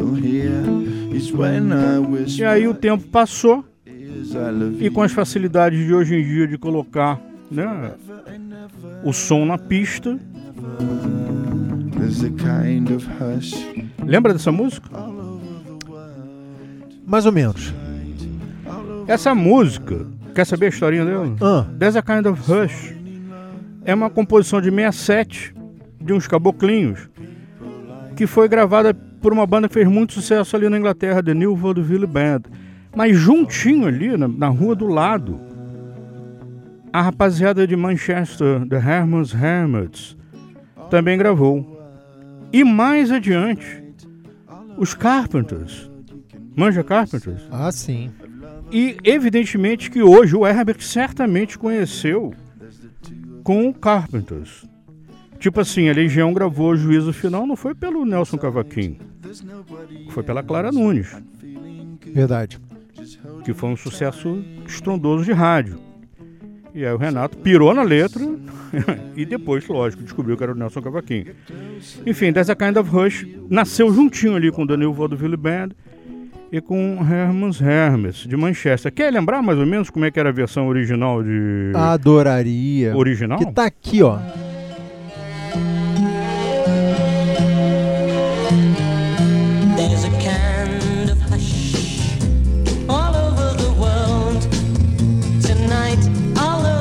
E aí o tempo passou, e com as facilidades de hoje em dia de colocar, né, o som na pista. Lembra dessa música? Mais ou menos. Essa música, quer saber a historinha dela? Ah. There's a Kind of Hush é uma composição de sessenta e sete de uns caboclinhos, que foi gravada por uma banda que fez muito sucesso ali na Inglaterra, The New Vaudeville Band. Mas juntinho ali, na, na rua do lado, a rapaziada de Manchester, The Herman's Hermits, também gravou. E mais adiante, os Carpenters. Manja Carpenters? Ah, sim. E evidentemente que hoje o Herbert certamente conheceu com o Carpenters. Tipo assim, a Legião gravou o Juízo Final, não foi pelo Nelson Cavaquinho, foi pela Clara Nunes. Verdade. Que foi um sucesso estrondoso de rádio. E aí o Renato pirou na letra e depois, lógico, descobriu que era o Nelson Cavaquinho. Enfim, There's a Kind of Hush nasceu juntinho ali com o The New Vaudeville Band e com Herman's Hermits, de Manchester. Quer lembrar mais ou menos como é que era a versão original de... Adoraria. Original? Que tá aqui, ó. There's a kind of hush all over the world tonight, all over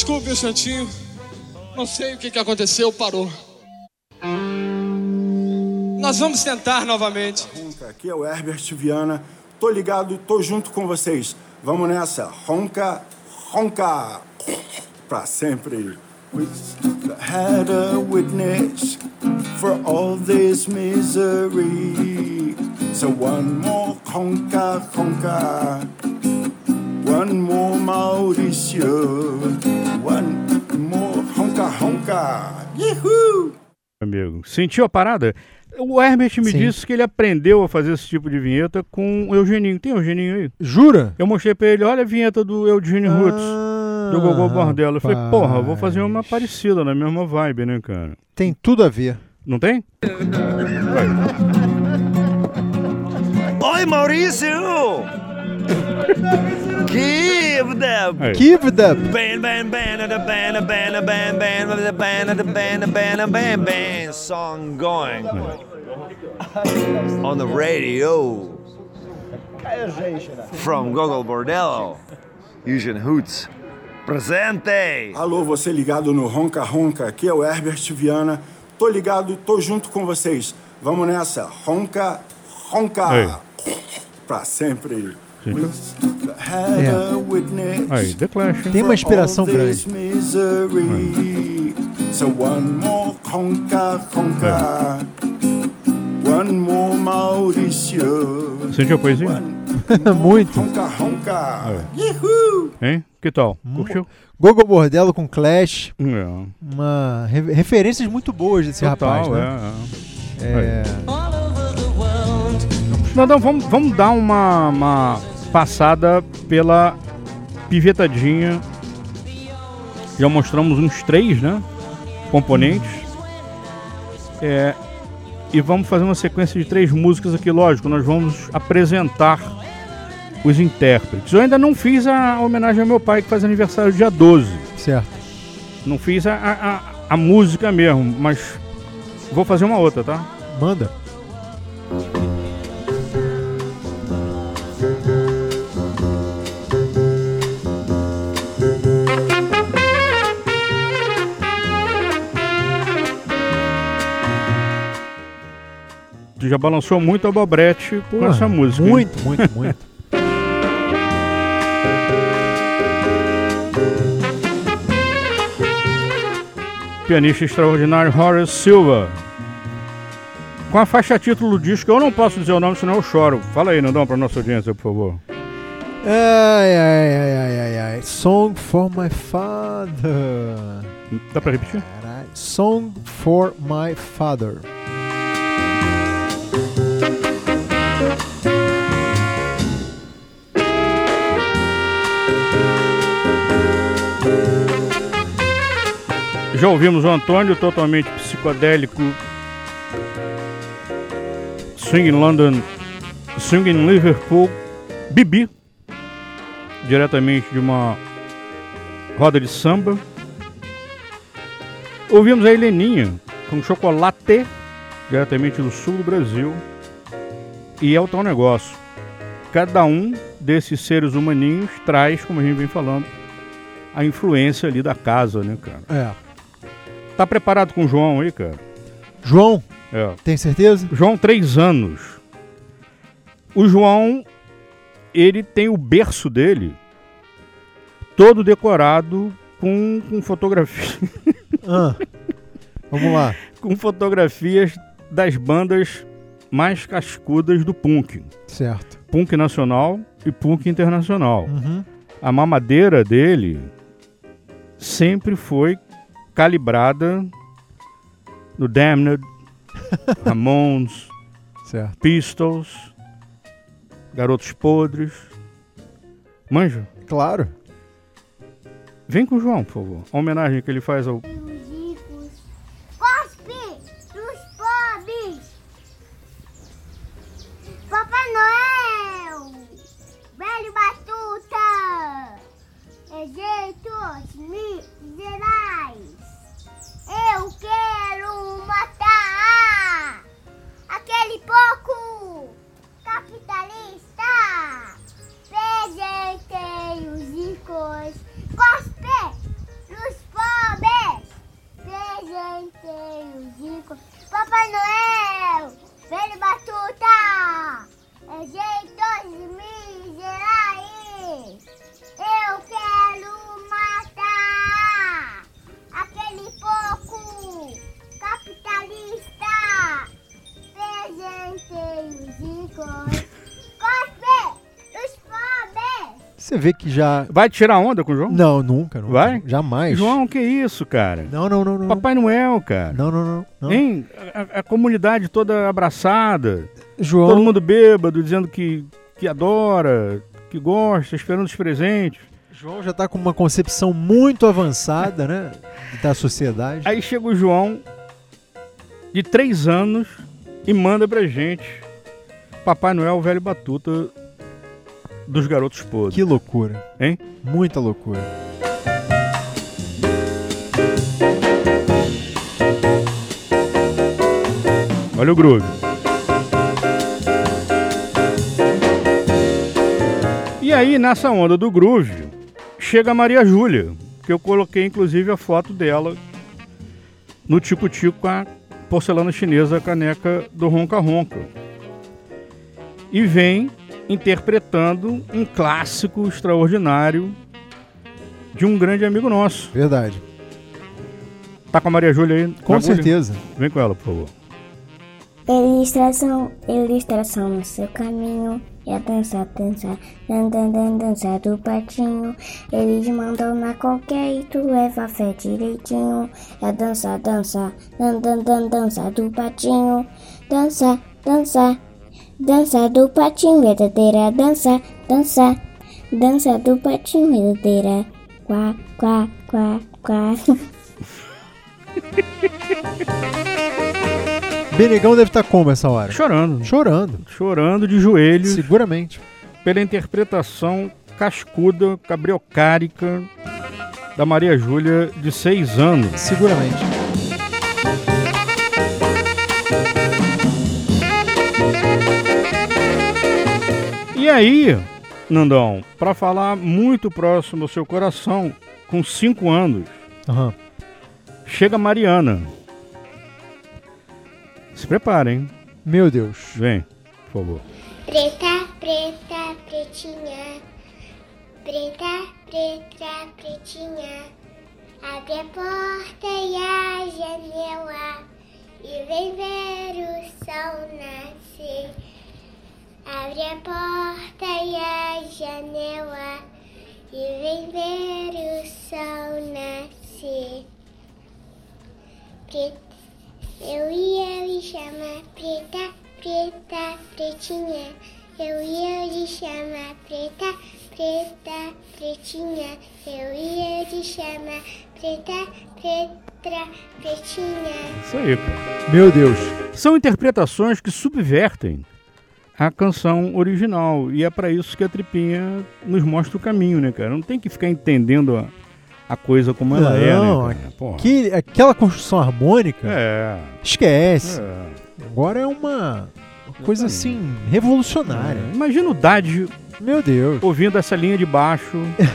desculpe o Santinho. Não sei o que, que aconteceu, parou. Nós vamos tentar novamente. Aqui é o Herbert Viana. Tô ligado, tô junto com vocês. Vamos nessa. Ronca, ronca. Pra sempre. We had a witness for all this misery. So one more ronca, ronca. One more Mauricio. One more ronca, ronca. Yuhu! Amigo, sentiu a parada? O Herbert me Sim. disse que ele aprendeu a fazer esse tipo de vinheta com o Eugeninho. Tem Eugeninho aí? Jura? Eu mostrei pra ele, olha a vinheta do Eugênio ah, Roots, do Gogô Bordello. Eu falei, porra, eu vou fazer uma parecida, na mesma vibe, né, cara? Tem tudo a ver. Não tem? Oi, Maurício! Give them! Hey. Give them! Band, band, band, the band, the band, the band, band, the band, the band, the band, the band, band song going on the radio from Gogol Bordello, Eugene Hoots. Presente! Alô, você ligado no Ronca Ronca, aqui é o Herbert Viana. Tô ligado, tô junto com vocês. Vamos nessa. Ronca, ronca. Hey. Pra sempre. É. Aí, The Clash. Tem uma inspiração grande. So one more conca, conca. One more Mauricio. Sentiu a poesia? Muito. Ronca, ronca. É. Hein? Que tal? Curtiu? Gogol Bordello com Clash. É. Uma re referências muito boas desse Total, rapaz, né? É, é. é. Não, não, vamos, vamos dar uma, uma passada pela pivetadinha. Já mostramos uns três, né? Componentes. É, e vamos fazer uma sequência de três músicas aqui, lógico. Nós vamos apresentar os intérpretes. Eu ainda não fiz a homenagem ao meu pai, que faz aniversário dia doze. Certo. Não fiz a, a, a música mesmo, mas vou fazer uma outra, tá? Manda. Tu já balançou muito a bobrete com Porra, essa música. Muito, hein? muito, muito. Pianista extraordinário Horace Silver. Com a faixa título do disco, eu não posso dizer o nome, senão eu choro. Fala aí, Nandão, pra nossa audiência, por favor. Ai, ai, ai, ai, ai, ai. Song for my father. Dá pra repetir? Carai. Song for my father. Já ouvimos o Antônio, totalmente psicodélico. Swing in London, Swing in Liverpool. Bibi, diretamente de uma roda de samba. Ouvimos a Heleninha com Chocolate, diretamente do sul do Brasil. E é o tal negócio. Cada um desses seres humaninhos traz, como a gente vem falando, a influência ali da casa, né, cara? É. Tá preparado com o João aí, cara? João? É. Tem certeza? João, três anos. O João, ele tem o berço dele todo decorado com, com fotografia. Ah, vamos lá. Com fotografias das bandas mais cascudas do punk. Certo. Punk nacional e punk internacional. Uhum. A mamadeira dele sempre foi calibrada no Damned, Ramones, certo. Pistols, Garotos Podres. Manja? Claro. Vem com o João, por favor. A homenagem que ele faz ao... Cospe dos pobres. Papai Noel. Velho Batuta. Rejeitos miseráveis. Eu quero matar aquele pouco capitalista. Presentei os ricos. Cospe Você vê que já... Vai tirar onda com o João? Não, nunca. nunca. Vai? Jamais. João, que isso, cara? Não, não, não. não. Papai Noel, cara. Não, não, não. não. Hein? A, a comunidade toda abraçada. João... Todo mundo bêbado, dizendo que, que adora, que gosta, esperando os presentes. João já tá com uma concepção muito avançada, né? Da sociedade. Aí chega o João, de três anos, e manda pra gente Papai Noel, velho batuta dos garotos podres. Que loucura. Hein? Muita loucura. Olha o groove. E aí, nessa onda do groove, chega a Maria Júlia, que eu coloquei inclusive a foto dela no tico-tico com a porcelana chinesa caneca do Ronca Ronca. E vem interpretando um clássico extraordinário de um grande amigo nosso. Verdade. Tá com a Maria Júlia aí? Com certeza. Vem com ela, por favor. Ilustração, ilustração no seu caminho. É dança, dança, dan, dan, dan, dança do patinho. Eles mandam na qualquer e tu leva a fé direitinho. É dança, dança, dan, dan, dan, dança do patinho. Dança, dança, dança do patinho, verdadeira dança, dança, dança do patinho, verdadeira. Quá, quá, quá, quá. Benegão deve estar como essa hora? Chorando. Chorando. Chorando de joelhos. Seguramente. Pela interpretação cascuda, cabriocárica da Maria Júlia, de seis anos. Seguramente. E aí, Nandão, para falar muito próximo ao seu coração, com cinco anos, uhum. chega a Mariana. Se preparem. Meu Deus. Vem, por favor. Preta, preta, pretinha. Preta, preta, pretinha. Abre a porta e a janela e vem ver o sol nascer. Abre a porta e a janela e vem ver o sol nascer. Preta. Eu ia lhe chamar preta, preta, pretinha. Eu ia lhe chamar preta, preta, pretinha. Eu ia lhe chamar preta, preta, pretinha. Isso aí, cara. Meu Deus. São interpretações que subvertem a canção original. E é pra isso que a Tripinha nos mostra o caminho, né, cara? Não tem que ficar entendendo a... a coisa como ela não, é, né? Aquele, aquela construção harmônica, é. esquece. É. Agora é uma coisa assim, revolucionária. É. Imagina o Dade, meu Deus, ouvindo essa linha de baixo.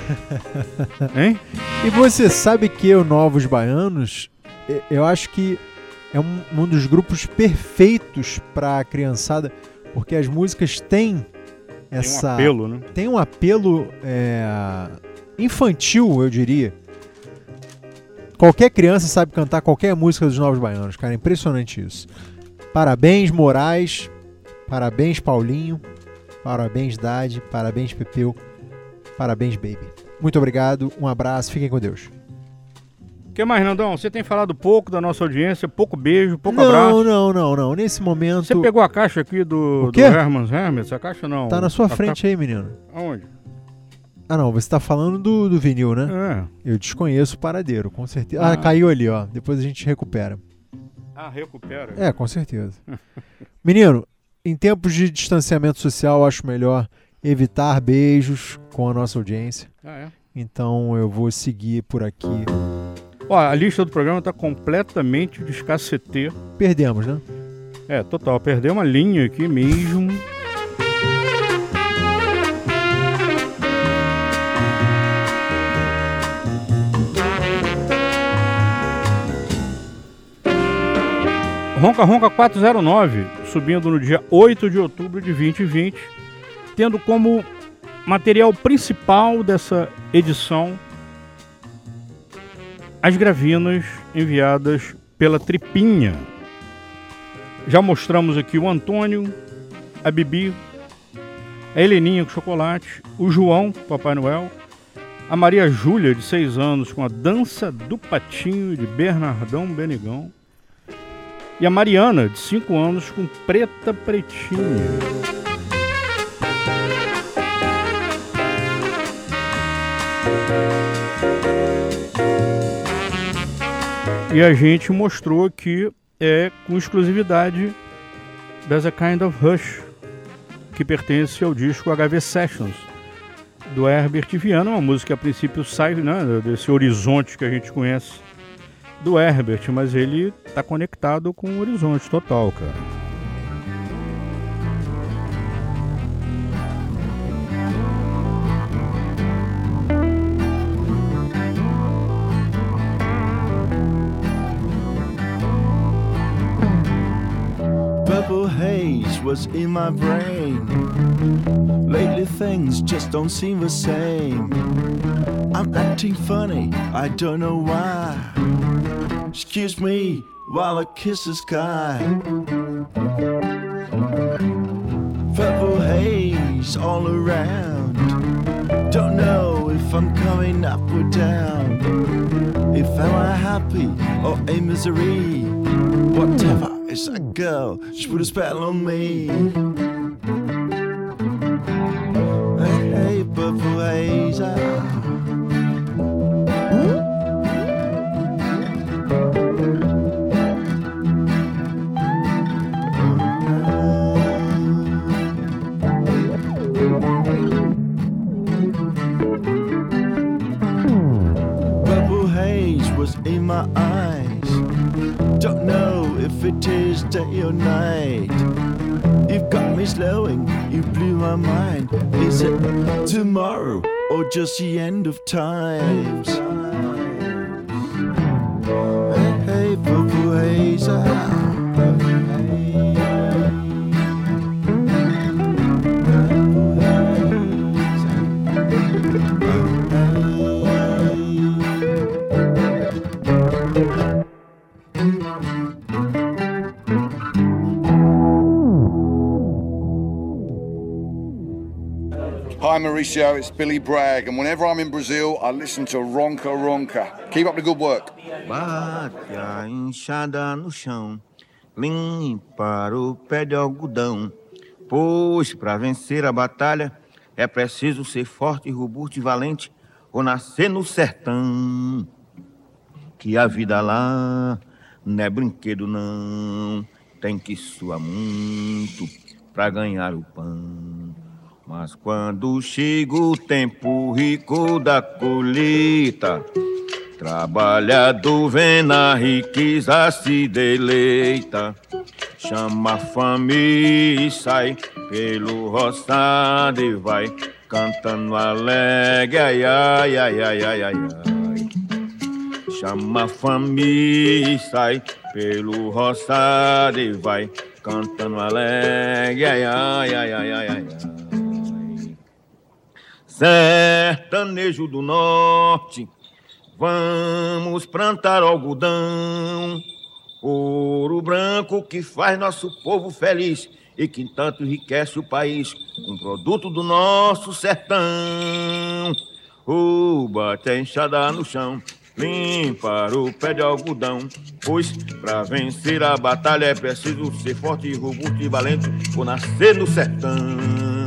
Hein? E você sabe que o Novos Baianos, eu acho que é um, um dos grupos perfeitos para a criançada, porque as músicas têm essa... Tem um apelo, né? Tem um apelo é, infantil, eu diria. Qualquer criança sabe cantar qualquer música dos Novos Baianos, cara. É impressionante isso. Parabéns, Moraes. Parabéns, Paulinho. Parabéns, Dade. Parabéns, Pepeu. Parabéns, Baby. Muito obrigado. Um abraço. Fiquem com Deus. O que mais, Nandão? Você tem falado pouco da nossa audiência. Pouco beijo, pouco não, abraço. Não, não, não, não. Nesse momento... Você pegou a caixa aqui do, do Herman's Hermes? Essa caixa não. Tá na sua a frente ca... aí, menino. Aonde? Ah, não, você tá falando do, do vinil, né? É. Eu desconheço o paradeiro, com certeza. Ah, Ah. caiu ali, ó. Depois a gente recupera. Ah, recupera? É, com certeza. Menino, em tempos de distanciamento social, eu acho melhor evitar beijos com a nossa audiência. Ah, é? Então eu vou seguir por aqui. Ó, a lista do programa tá completamente de escasseter. Perdemos, né? É, total. Perdeu uma linha aqui mesmo. Ronca Ronca quatrocentos e nove, subindo no dia oito de outubro de vinte e vinte, tendo como material principal dessa edição as gravinas enviadas pela Tripinha. Já mostramos aqui o Antônio, a Bibi, a Heleninha com chocolate, o João, Papai Noel, a Maria Júlia, de seis anos, com a Dança do Patinho, de Bernardão Benegão, e a Mariana, de cinco anos, com Preta Pretinha. E a gente mostrou aqui, é, com exclusividade, There's a Kind of Hush, que pertence ao disco H V Sessions, do Herbert Viana, uma música que a princípio sai, né, desse horizonte que a gente conhece do Herbert, mas ele está conectado com o horizonte total, cara. Purple haze was in my brain. Lately things just don't seem the same. I'm acting funny, I don't know why. Excuse me while I kiss the sky. Purple haze all around. Don't know if I'm coming up or down. If am I happy or in misery? Whatever, it's a girl, she put a spell on me. Hey, hey, purple haze, ah. Purple haze was in my eyes. Don't know if it is day or night. You've got me slowing, you blew my mind. Is it tomorrow or just the end of times? Hey, hey, purple haze, ah. Hi Mauricio, it's Billy Bragg, and whenever I'm in Brazil, I listen to Ronca Ronca. Keep up the good work. Bate a enxada no chão, limpa o pé de algodão, pois para vencer a batalha é preciso ser forte, robusto e valente, ou nascer no sertão. Que a vida lá não é brinquedo não, tem que suar muito pra ganhar o pão. Mas quando chega o tempo rico da colheita, trabalhador vem na riqueza se deleita. Chama a família e sai pelo roçado e vai cantando alegre, ai, ai, ai, ai, ai, ai, ai. Chama a família e sai pelo roçado e vai cantando alegre, ai, ai, ai, ai, ai, ai. Sertanejo do norte, vamos plantar algodão, ouro branco que faz nosso povo feliz e que tanto enriquece o país, um produto do nosso sertão. O bate a enxada no chão, limpa o pé de algodão, pois pra vencer a batalha é preciso ser forte, robusto e valente, ou nascer no sertão.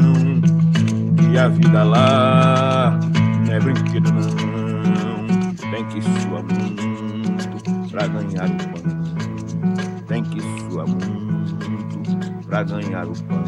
E a vida lá não é brinquedo não, tem que suar muito pra ganhar o pão. Tem que suar muito pra ganhar o pão.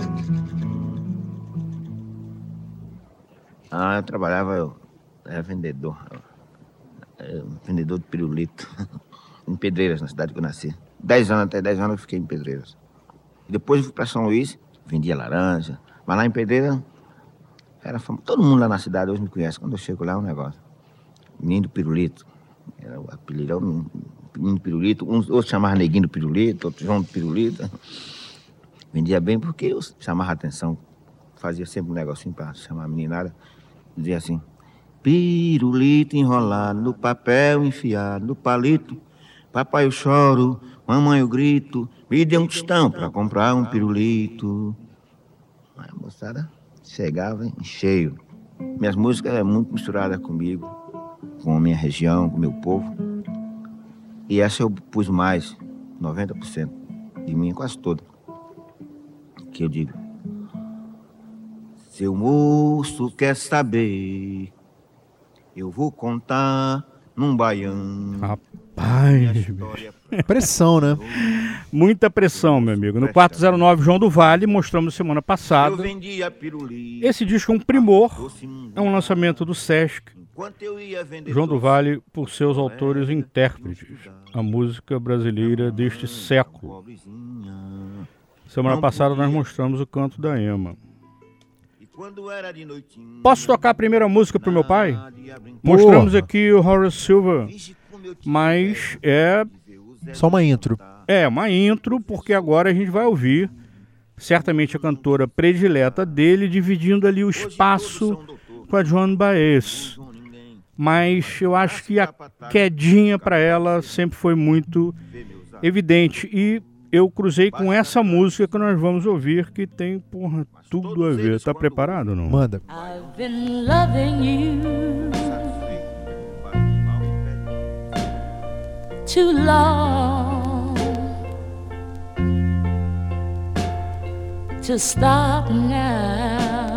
Ah, eu trabalhava, eu era vendedor, eu, vendedor de pirulito, em Pedreiras, na cidade que eu nasci. Dez anos, até dez anos eu fiquei em Pedreiras. Depois eu fui pra São Luís, vendia laranja, mas lá em Pedreiras era famoso. Todo mundo lá na cidade hoje me conhece. Quando eu chego lá é um negócio. Menino do Pirulito. Era o apelidão, menino do Pirulito. Uns, outros chamavam Neguinho do Pirulito, outros João do Pirulito. Vendia bem porque eu chamava a atenção. Fazia sempre um negocinho para chamar a meninada. Dizia assim: pirulito enrolado no papel enfiado no palito. Papai eu choro, mamãe eu grito. Me dê um tostão para comprar um pirulito. Aí a moçada chegava em cheio. Minhas músicas eram muito misturadas comigo, com a minha região, com o meu povo. E essa eu pus mais, noventa por cento de mim, quase toda. Que eu digo: seu moço quer saber, eu vou contar num baião. Rapaz, pressão, né? Muita pressão, meu amigo. No quatro zero nove João do Vale, mostramos semana passada. Esse disco é um primor, é um lançamento do Sesc. João do Vale, por seus autores e intérpretes, a música brasileira deste século. Semana passada nós mostramos o Canto da Ema. Posso tocar a primeira música pro meu pai? Mostramos aqui o Horace Silver, mas é... só uma intro. É, uma intro, porque agora a gente vai ouvir certamente a cantora predileta dele, dividindo ali o espaço com a Joan Baez. Mas eu acho que a quedinha para ela sempre foi muito evidente. E eu cruzei com essa música que nós vamos ouvir, que tem, porra, tudo a ver. Tá preparado ou não? Manda. I've been loving you too long to stop now.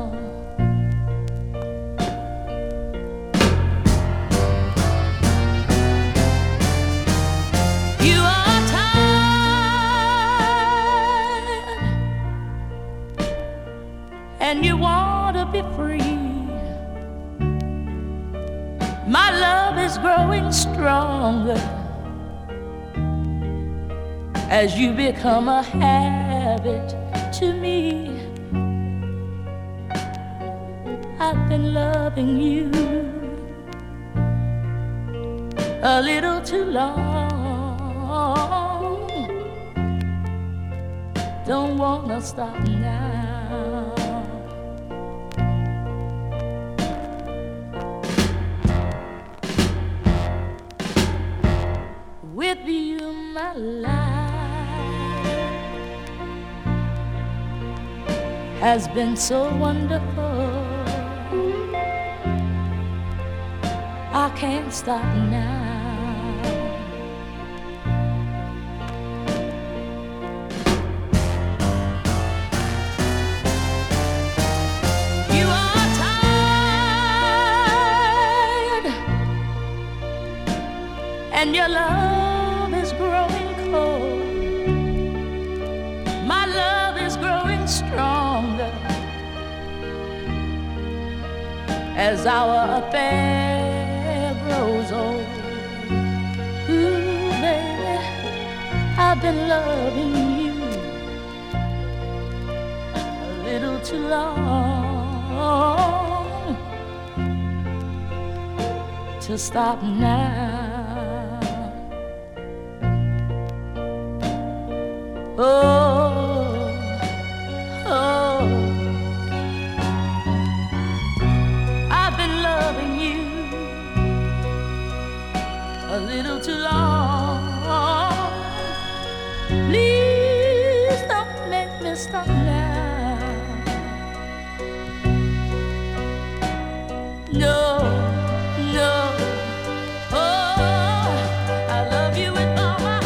You are tired and you want to be free. My love is growing stronger as you become a habit to me. I've been loving you a little too long. Don't wanna stop now. With you, my life has been so wonderful. I can't stop now. You are tired and your love is growing cold. My love is growing stronger as our affair grows old. Ooh, baby, I've been loving you a little too long to stop now. Oh, oh, I've been loving you a little too long. Please don't make me stop now. No, no. Oh, I love you with all my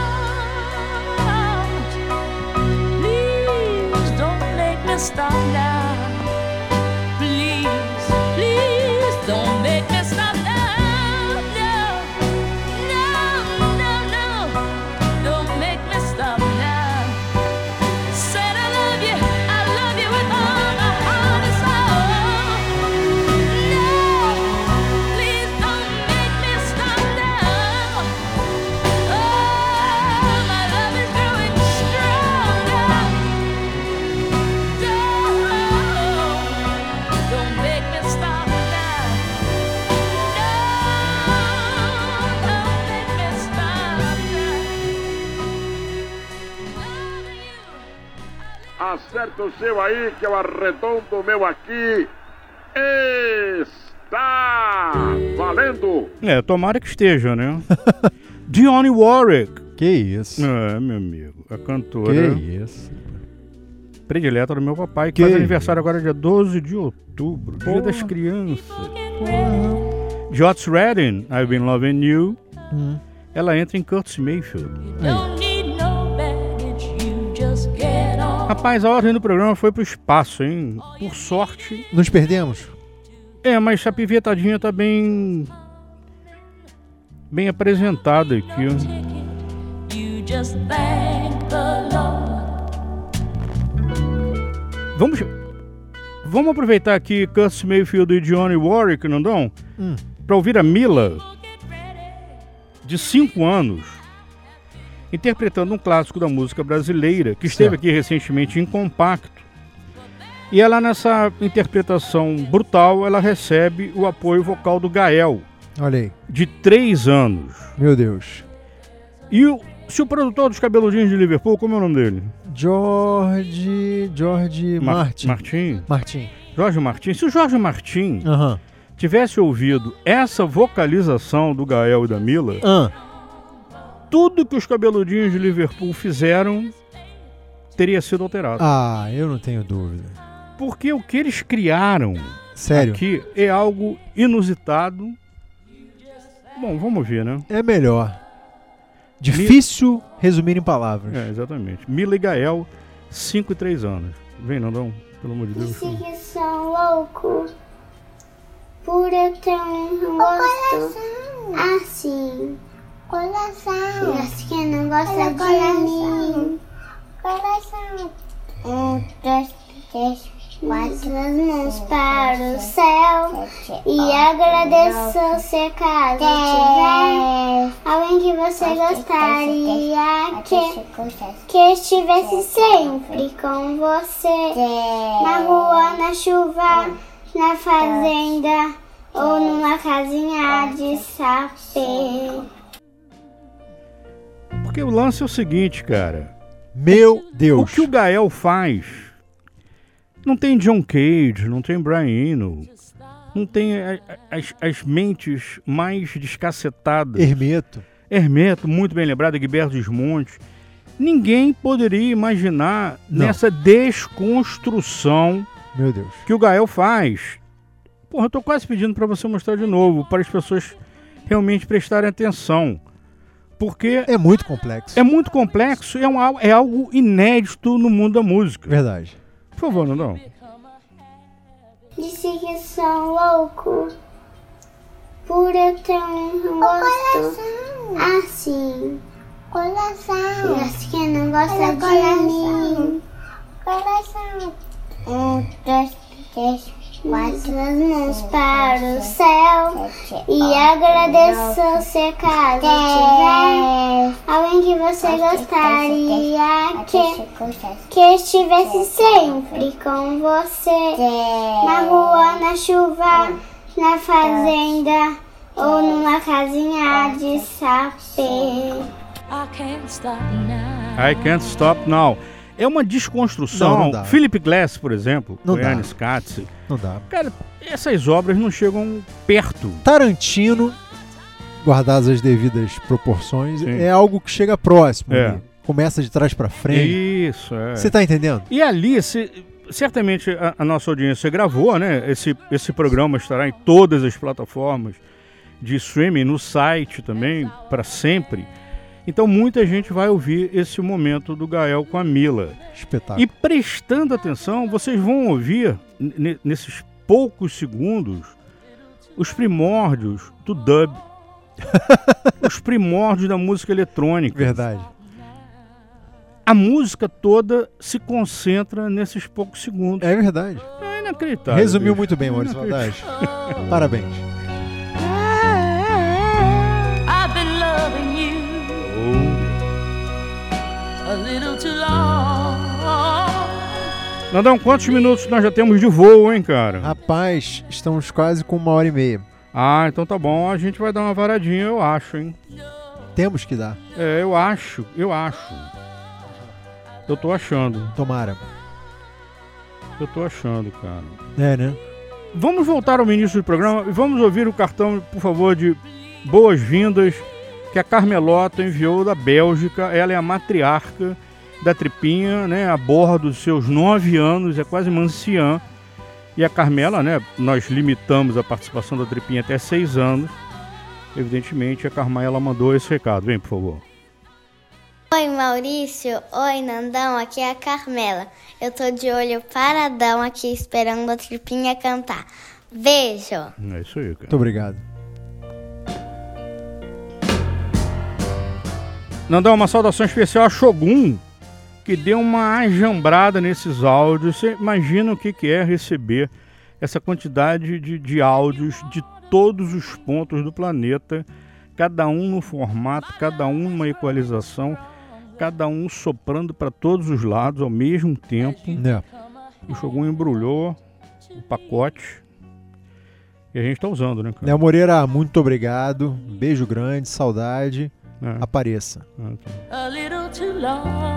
heart. Please don't make me stop now. Please, please don't make me stop now. No, no, no, no. Don't make me stop now. Said I love you, I love you with all my heart and soul. No, please don't make me stop now. Oh, my love is growing stronger. Don't, don't make me stop now. No, don't make me stop Acerta o seu aí, que eu arredondo o meu aqui. Está valendo! É, tomara que esteja, né? Dionne Warwick. Que isso? É, meu amigo. A cantora. Que isso? predileta do meu papai, que, Que faz aniversário agora dia doze de outubro, Dia das Crianças. De Otis Redding, I've Been Loving You. Hum. Ela entra em Curtis Mayfield. Don't need no baggage, you just get on. Rapaz, a ordem do programa foi pro espaço, hein? Por sorte. Nos perdemos? É, mas a pivetadinha tá bem... bem apresentada aqui. ó. You just thank the Lord. Vamos... Vamos aproveitar aqui Curtis Mayfield e Dionne Warwick, não dão? Hum. Pra ouvir a Mila, de cinco anos, interpretando um clássico da música brasileira, que esteve Certo. aqui recentemente em compacto. E ela, nessa interpretação brutal, ela recebe o apoio vocal do Gael, Olha aí. de três anos. Meu Deus. E o, se o produtor dos Cabeludinhos de Liverpool, como é o nome dele? George... George Mar- Martin. Martin? Martin. Jorge Martin. Se o Jorge Martin Aham. tivesse ouvido essa vocalização do Gael e da Mila, Ah. tudo que os Cabeludinhos de Liverpool fizeram teria sido alterado. Ah, eu não tenho dúvida. Porque o que eles criaram Sério? aqui é algo inusitado. Bom, vamos ver, né? É melhor. Difícil resumir em palavras. É, exatamente. Mila e Gael, cinco e três anos. Vem, Nandão, pelo amor de Deus. Disse que são loucos por eu ter um gosto assim. Coração. Mas que não gosta de mim. Coração. Um, dois, três, quatro as mãos para o céu e agradeço se caso tiver alguém que você gostaria que, que estivesse sempre com você na rua, na chuva, na fazenda ou numa casinha de sapê. Porque o lance é o seguinte, cara. Meu Deus. O que o Gael faz... Não tem John Cage, não tem Brian Eno, não tem a, a, as, as mentes mais descacetadas. Hermeto. Hermeto, muito bem lembrado, Egberto Gismonti. Ninguém poderia imaginar Não. nessa desconstrução Meu Deus. que o Gael faz. Porra, eu tô quase pedindo para você mostrar de novo, para as pessoas realmente prestarem atenção. Porque É muito complexo. é muito complexo e é, um, é algo inédito no mundo da música. Verdade. Por favor, Nandão. Disse que são loucos por eu ter um gosto assim. Coração. Mas que não gosta de mim. Coração. Um, dois, três, quatro as mãos para o céu e agradeço se caso tiver alguém que você gostaria que, que estivesse sempre com você na rua, na chuva, na fazenda ou numa casinha de sapê. I can't stop now. I Can't Stop Now. É uma desconstrução. Não, não dá. Philip Glass, por exemplo, Não com dá. Ernest Katz. Não dá. Cara, essas obras não chegam perto. Tarantino, guardadas as devidas proporções, Sim. é algo que chega próximo. É. ali. Começa de trás pra frente. Isso, é. Você tá entendendo? E ali, se, certamente a, a nossa audiência gravou, né? Esse, esse programa estará em todas as plataformas de streaming, no site também, para sempre. Então muita gente vai ouvir esse momento do Gael com a Mila. Espetáculo. E prestando atenção, vocês vão ouvir, n- nesses poucos segundos, os primórdios do dub. Os primórdios da música eletrônica. Verdade. A música toda se concentra nesses poucos segundos. É verdade. É inacreditável. Resumiu bicho. muito bem, Maurício Valdez. Parabéns. I've been loving you a little too long. Nandão, quantos minutos nós já temos de voo, hein, cara? Rapaz, estamos quase com uma hora e meia. Ah, então tá bom. A gente vai dar uma varadinha, eu acho, hein? Temos que dar. É, eu acho, eu acho. Eu tô achando. Tomara. Eu tô achando, cara. É, né? Vamos voltar ao início do programa e vamos ouvir o cartão, por favor, de boas-vindas que a Carmelota enviou da Bélgica. Ela é a matriarca da Tripinha, né, a bordo dos seus nove anos, é quase uma anciã. E a Carmela, né, nós limitamos a participação da Tripinha até seis anos. Evidentemente, a Carmela mandou esse recado. Vem, por favor. Oi, Maurício. Oi, Nandão. Aqui é a Carmela. Eu tô de olho paradão aqui esperando a Tripinha cantar. Beijo. É isso aí, cara. Muito obrigado. Nandão, uma saudação especial a Shogun, que deu uma ajambrada nesses áudios. Você imagina o que, que é receber essa quantidade de, de áudios de todos os pontos do planeta, cada um no formato, cada um numa equalização, cada um soprando para todos os lados ao mesmo tempo. É. O Shogun embrulhou o pacote e a gente está usando, né, cara? Léo Moreira, muito obrigado. Beijo grande, saudade. É. Apareça. Ah, tá. A little too long.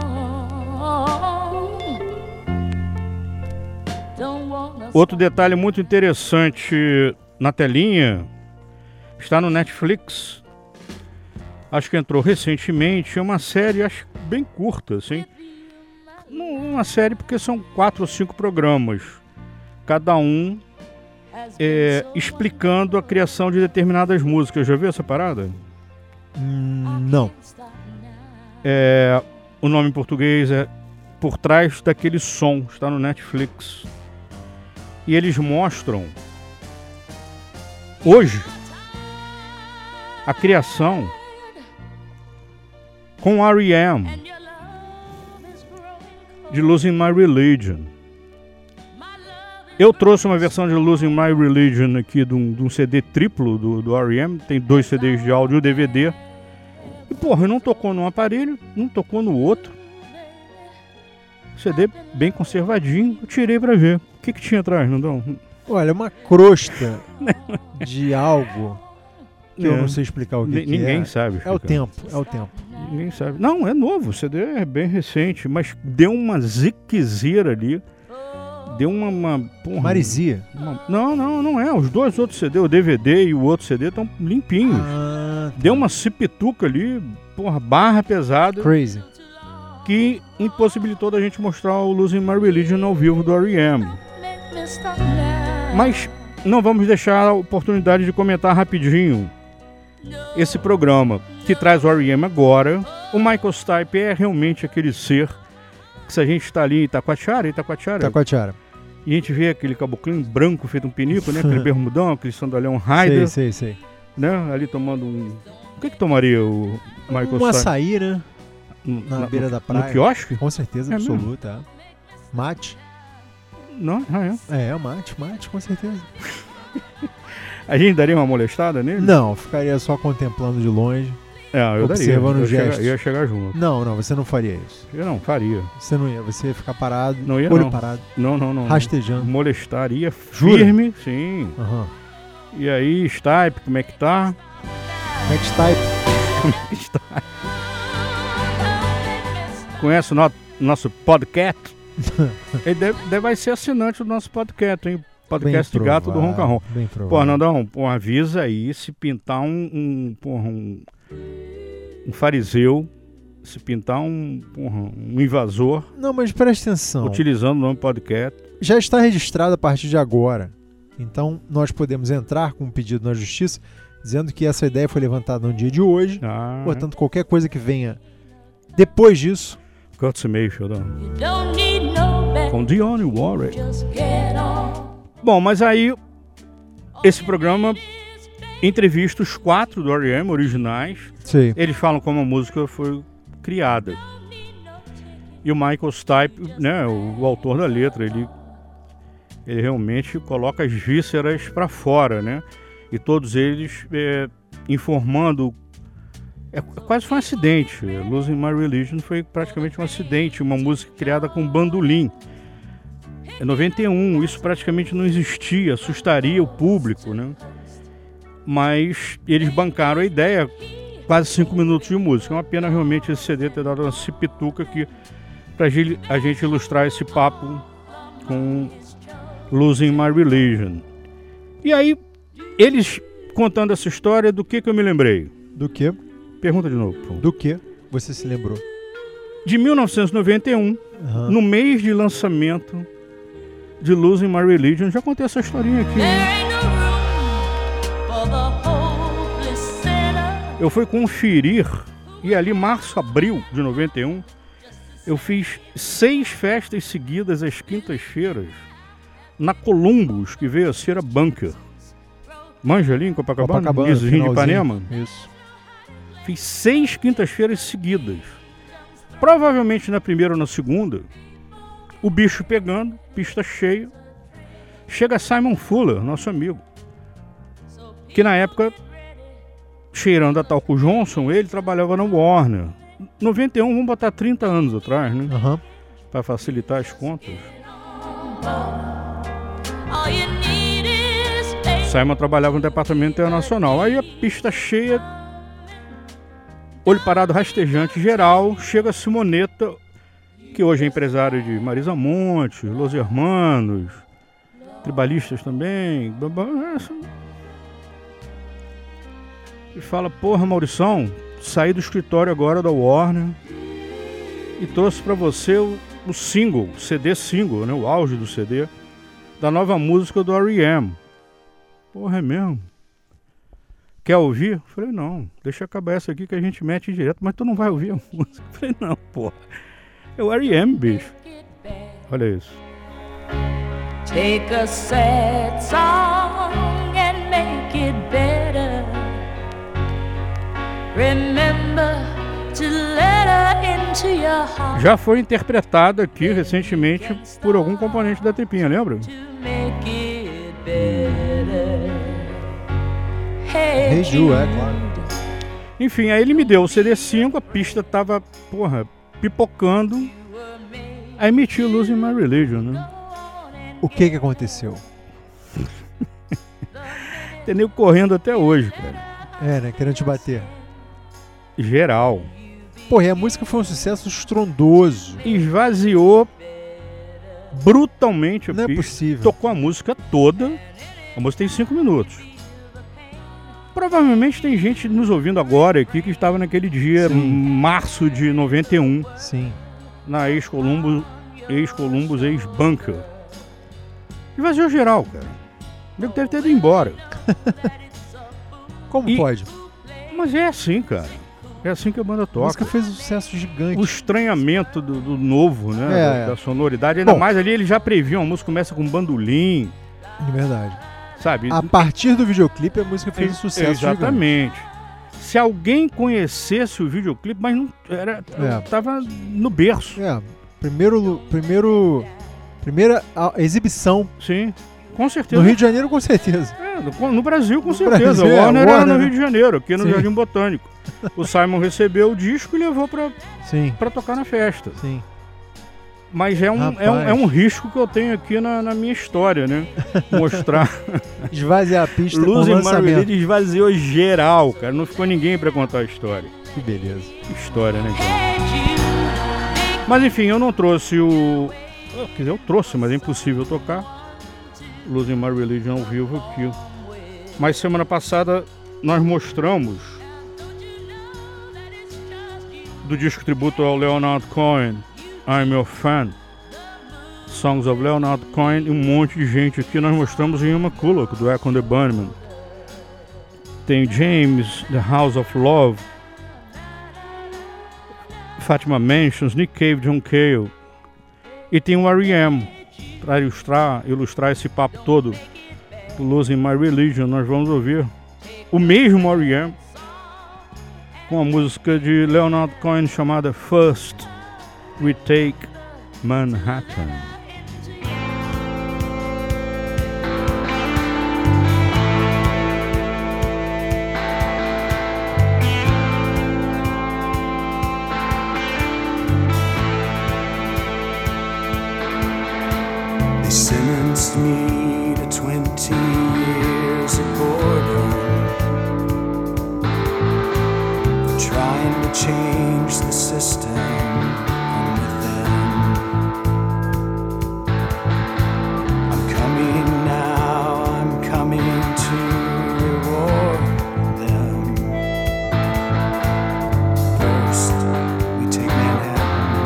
Don't wanna Outro detalhe muito interessante na telinha, está no Netflix. Acho que entrou recentemente. É uma série, acho bem curta, assim. Não uma série porque são quatro ou cinco programas, cada um é, explicando a criação de determinadas músicas. Já viu essa parada? Hum, não. É, o nome em português é Por Trás Daquele Som. Está no Netflix. E eles mostram hoje a criação com R E M de Losing My Religion. Eu trouxe uma versão de Losing My Religion aqui de um, de um C D triplo do, do R E M. Tem dois C Ds de áudio e um D V D. E porra, não tocou num aparelho, não tocou no outro. C D bem conservadinho, eu tirei pra ver. O que que tinha atrás, Nandão? Olha, uma crosta de algo que é. eu não sei explicar o que, que Ninguém é. sabe explicar. É o tempo, é o tempo. Ninguém sabe. Não, é novo, o C D é bem recente, mas deu uma ziquezeira ali. Deu uma... uma porra, Marizia? Uma, não, não, não é. Os dois outros C D, o D V D e o outro C D, estão limpinhos. Ah, tá. Deu uma cipituca ali, porra, barra pesada. Crazy. Que impossibilitou da gente mostrar o Losing My Religion ao vivo do R E M. Mas não vamos deixar a oportunidade de comentar rapidinho esse programa que traz o R E M agora. O Michael Stipe é realmente aquele ser que, se a gente está ali em Itacoatiara, Itacoatiara, Itacoatiara. E a gente vê aquele caboclinho branco feito um pinico, né? Aquele bermudão, aquele sandalhão Raider. Sei, sei, sei. Né? Ali tomando um... O que que tomaria o Michael Um Stipe? açaí, né? Na, na beira no, da praia. No quiosque? Com certeza é absoluta. Mesmo? Mate. Não, ah, é. É, mate, mate, com certeza. A gente daria uma molestada nele? Não, ficaria só contemplando de longe. É, eu observando daria. os Eu gestos. chega, ia chegar junto. Não, não, você não faria isso. Eu não, faria. Você não ia, você ia ficar parado, não ia, olho não. parado. Não, não, não. Rastejando. Molestaria firme, Jura? sim. Uhum. E aí, Stipe, como é que tá? Como é que Stipe? Como é que está? Conhece o no, nosso podcast? Ele deve, deve vai ser assinante do nosso podcast, hein? Podcast Bem de gato do Ronca Ronca. Bem Pô, Nandão, pô, avisa aí se pintar um, um, porra, um, um fariseu, se pintar um, porra, um invasor. Não, mas presta atenção. Utilizando o nome podcast. Já está registrado a partir de agora. Então, nós podemos entrar com um pedido na justiça dizendo que essa ideia foi levantada no dia de hoje. Ah, portanto, é. qualquer coisa que venha depois disso... Curtis Mayfield, com Dionne Warwick. Bom, mas aí esse programa entrevista os quatro do R E M originais. Sim. Eles falam como a música foi criada. E o Michael Stipe, né, o, o autor da letra, ele, ele realmente coloca as vísceras para fora, né? E todos eles é, informando. É, quase foi um acidente. Losing My Religion foi praticamente um acidente, uma música criada com bandolim. É noventa e um, isso praticamente não existia, assustaria o público, né? Mas eles bancaram a ideia, quase cinco minutos de música. É uma pena realmente esse C D ter dado uma cipituca aqui pra a gente ilustrar esse papo com Losing My Religion. E aí, eles contando essa história, do que que eu me lembrei? Do que? Pergunta de novo. Pô. Do que você se lembrou? de mil novecentos e noventa e um, uhum. no mês de lançamento de Losing My Religion. Já contei essa historinha aqui. Né? Eu fui conferir, e ali, março, abril de noventa e um, eu fiz seis festas seguidas às quintas-feiras na Columbus, que veio a ser a Bunker. Manja ali em Copacabana? Copacabana, Isso, Rio de Ipanema? Isso. Fiz seis quintas-feiras seguidas. Provavelmente na primeira ou na segunda, o bicho pegando, pista cheia. Chega Simon Fuller, nosso amigo, que na época, cheirando a Talco Johnson, ele trabalhava na Warner. noventa e um, vamos botar trinta anos atrás, né? Uhum. Para facilitar as contas. Simon trabalhava no departamento internacional. Aí a pista cheia, olho parado rastejante geral, chega a Simonetta, que hoje é empresário de Marisa Monte, Los Hermanos, tribalistas também. E fala, porra, Maurição, saí do escritório agora da Warner e trouxe pra você o, o single, C D single, né, o auge do C D, da nova música do R E M. Porra, é mesmo? Quer ouvir? Falei, não, deixa acabar essa aqui que a gente mete direto, mas tu não vai ouvir a música. Falei, não, porra, é o R E M, bicho. Olha isso. Take a sad song and make it better. Remember to let her into your heart. Já foi interpretada aqui recentemente por algum componente da Tripinha, lembra? Hey Ju, é claro. Enfim, aí ele me deu o C D cinco, a pista tava, porra, pipocando. Aí meti o Losing My Religion, né? O que que aconteceu? Tem nego correndo até hoje, cara. É, né? Querendo te bater. Geral. Pô, e a música foi um sucesso estrondoso. Esvaziou brutalmente a Não pista. é possível. Tocou a música toda. A música tem cinco minutos. Provavelmente tem gente nos ouvindo agora aqui que estava naquele dia, Sim. março de noventa e um. Sim. Na ex-Columbus, ex-Columbus, ex-Bunker. Esvaziou geral, cara. O nego deve ter ido embora. Como E- pode? Mas é assim, cara. É assim que a banda A toca. música fez um sucesso gigante. O estranhamento do, do novo, né? É, da, da é. sonoridade. Ainda Bom. mais ali, ele já previu. A música começa com bandolim, De verdade. sabe? A partir do videoclipe, a música fez um sucesso Exatamente. Se alguém conhecesse o videoclipe, mas não era, É. tava no berço. gigante. É, primeiro, lu- primeiro, primeira a- exibição Sim, com certeza. no Rio de Janeiro, com certeza. É, no, no Brasil, com No certeza. Brasil, o é, Warner era Warner, no né? Rio de Janeiro, aqui no Sim. Jardim Botânico. O Simon recebeu o disco e levou pra, Sim, pra tocar na festa. sim. Mas é um, é, um, Rapaz. é um risco que eu tenho aqui na, na minha história, né? Mostrar. Esvaziar a pista com Losing My lançamento. Religion esvaziou geral, cara. Não ficou ninguém pra contar a história. Que beleza. Que história, né, cara? Mas enfim, eu não trouxe o... Quer dizer, eu trouxe, mas é impossível tocar Losing My Religion ao vivo aqui. Mas semana passada nós mostramos do disco tributo ao Leonard Cohen, I'm Your Fan, Songs of Leonard Cohen, e um monte de gente aqui. Nós mostramos em uma McCulloch, do Echo and the Bunnymen. Tem James, The House of Love, Fatima Mansions, Nick Cave, John Cale. E tem o R E M, para ilustrar, ilustrar esse papo todo do Losing My Religion. Nós vamos ouvir o mesmo R E M com a música de Leonard Cohen chamada First We Take Manhattan. They sentenced me to twenty years of boredom for trying to change the system from within. I'm coming now, I'm coming to reward them. First, we take Manhattan.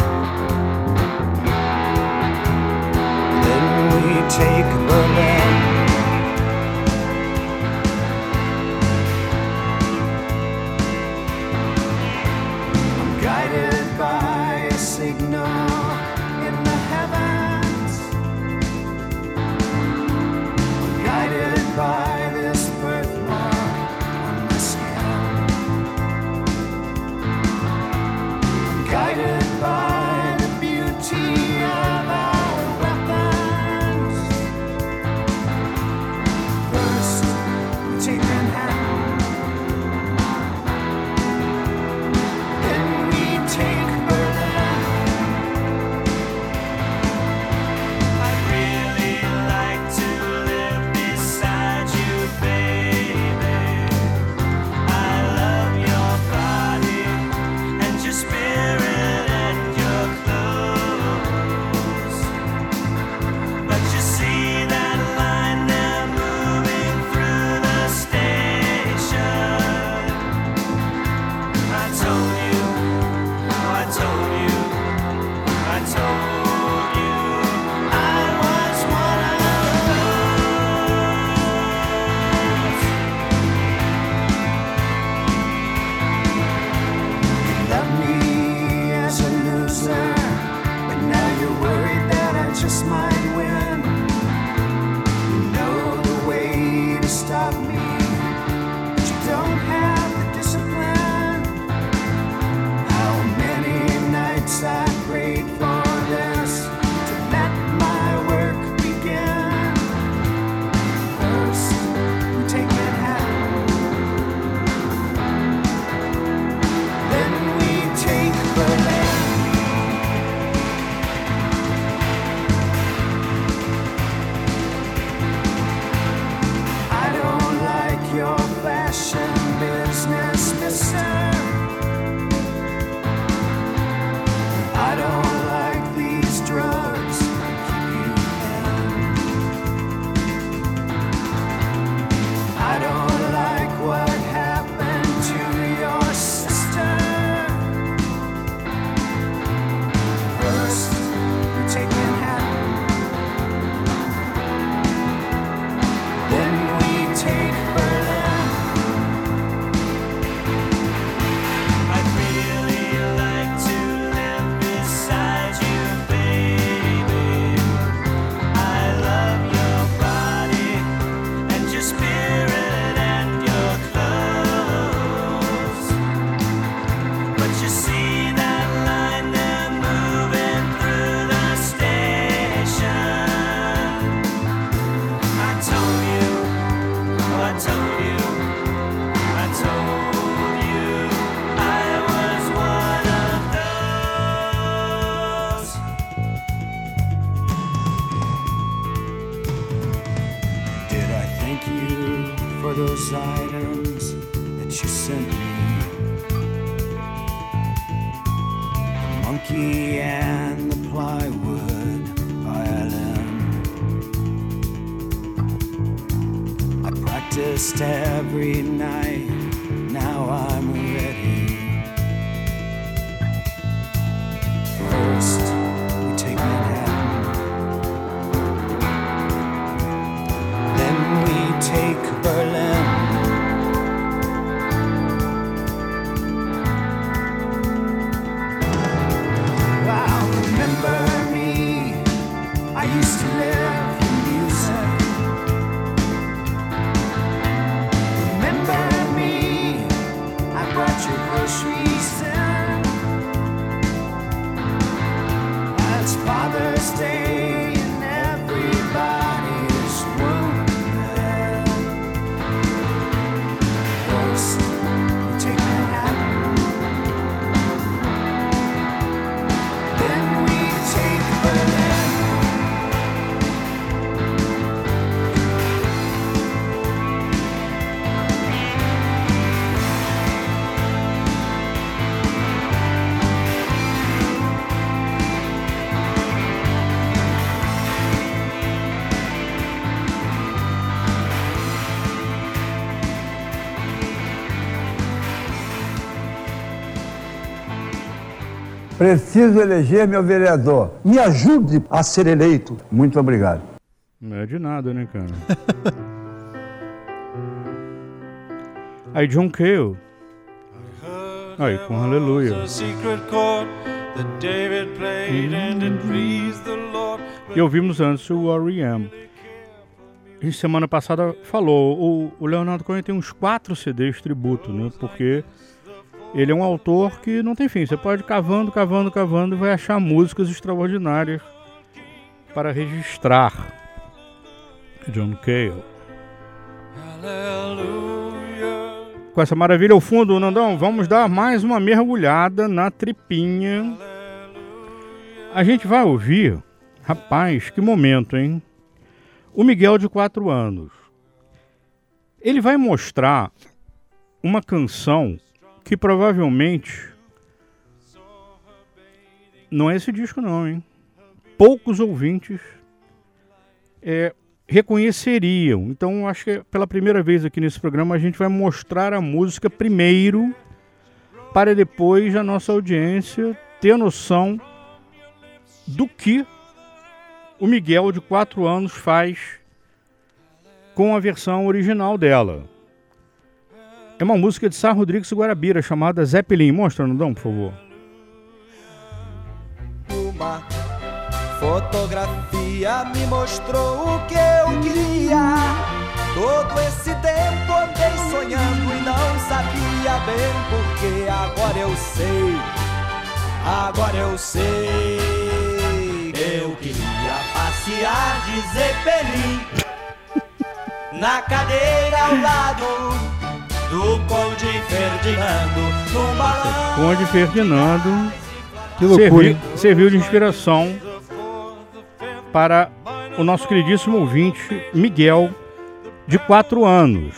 for those items that you sent me. The monkey and the plywood violin. I practiced every night, now I'm ready. First, we take Manhattan, then we take Berlin. Wow, remember me, I used to live in music. Remember me, I brought you groceries in. It's Father's Day and everybody's wounded. First, we take Manhattan, then we take Berlin. Preciso eleger meu vereador. Me ajude a ser eleito. Muito obrigado. Não é de nada, né, cara? Aí John Cale. Aí, com Aleluia. E ouvimos antes o R E M. E semana passada falou, o, o Leonardo Cohen tem uns quatro C Ds tributo, né? Porque ele é um autor que não tem fim. Você pode ir cavando, cavando, cavando e vai achar músicas extraordinárias para registrar. John Cale. Com essa maravilha ao fundo, Nandão, vamos dar mais uma mergulhada na tripinha. A gente vai ouvir, rapaz, que momento, hein? O Miguel de quatro anos. Ele vai mostrar uma canção que provavelmente não é esse disco não, hein? Poucos ouvintes é, reconheceriam. Então acho que pela primeira vez aqui nesse programa a gente vai mostrar a música primeiro para depois a nossa audiência ter noção do que o Miguel de quatro anos faz com a versão original dela. É uma música de Sá Rodrigues e Guarabira, chamada Zeppelin. Mostra, Nandão, por favor. Uma fotografia me mostrou o que eu queria. Todo esse tempo andei sonhando e não sabia bem porquê. Agora eu sei, agora eu sei. Eu queria passear de Zeppelin na cadeira ao lado do Conde Ferdinando, num balão. Conde Ferdinando, que loucura, serviu, serviu de inspiração para o nosso queridíssimo ouvinte Miguel, de quatro anos.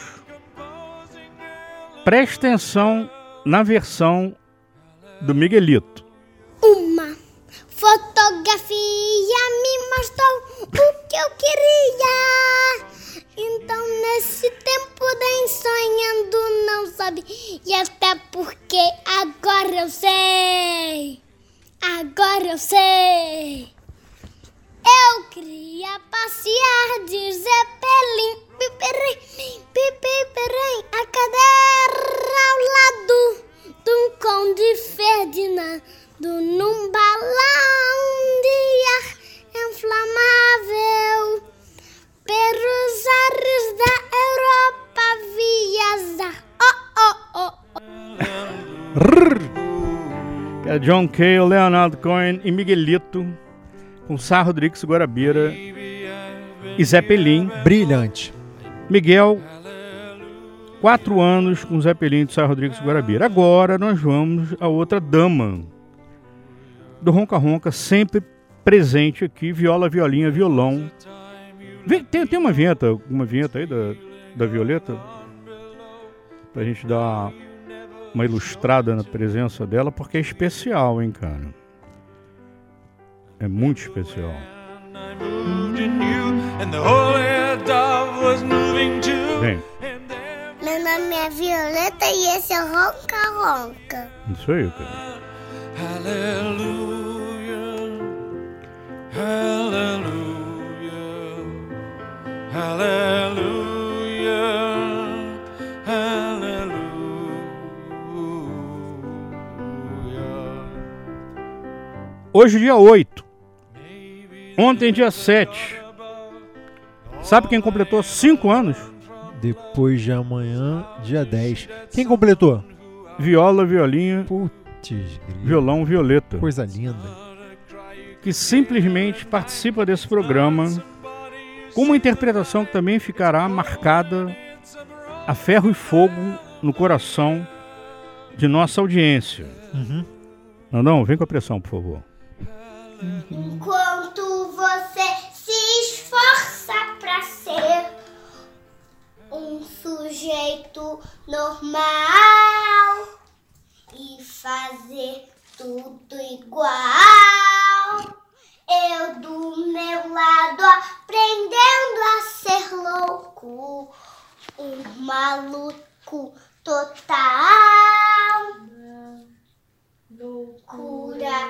Preste atenção na versão do Miguelito. Uma fotografia me mostrou o que eu queria. Então nesse tempo nem sonhando não sabe. E até porque agora eu sei. Agora eu sei. Eu queria passear de Zeppelin, piperem, piperem, a cadeira ao lado de um Conde Ferdinando, num balão de ar inflamável, pelos ares da Europa viajar. Oh, oh, oh. É John Cale, Leonardo Cohen e Miguelito, com Sá Rodrigues Guarabira e Zeppelin. Brilhante. Miguel, quatro anos com Zeppelin de Sá Rodrigues Guarabira. Agora nós vamos a outra dama do Ronca Ronca, sempre presente aqui, viola, violinha, violão. Vem, tem, tem uma vinheta, uma vinheta aí da, da Violeta? pra gente dar uma ilustrada na presença dela, porque é especial, hein, cara? É muito especial. Bem, Meu nome é Violeta e esse é o Ronca Ronca. isso aí, cara. Hallelujah, hallelujah, hallelujah, hallelujah. Hoje, dia oito. Ontem, dia sete. Sabe quem completou cinco anos? Depois de amanhã, dia dez. Quem completou? Viola, violinha, Putz, violão, violeta. coisa linda. Que simplesmente participa desse programa com uma interpretação que também ficará marcada a ferro e fogo no coração de nossa audiência. Uhum. Não, não, vem com a pressão, por favor. Enquanto você se esforça pra ser um sujeito normal e fazer tudo igual, eu do meu lado aprendendo a ser louco, um maluco total, loucura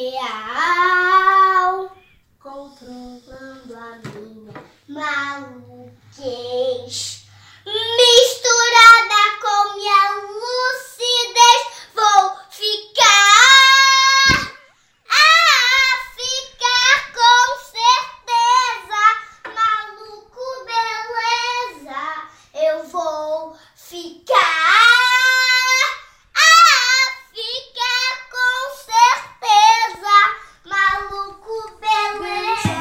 real, controlando a minha maluquez, misturada com minha lucidez, vou ficar, ah, ficar com certeza, maluco beleza, eu vou ficar, ah, ficar com certeza, maluco beleza.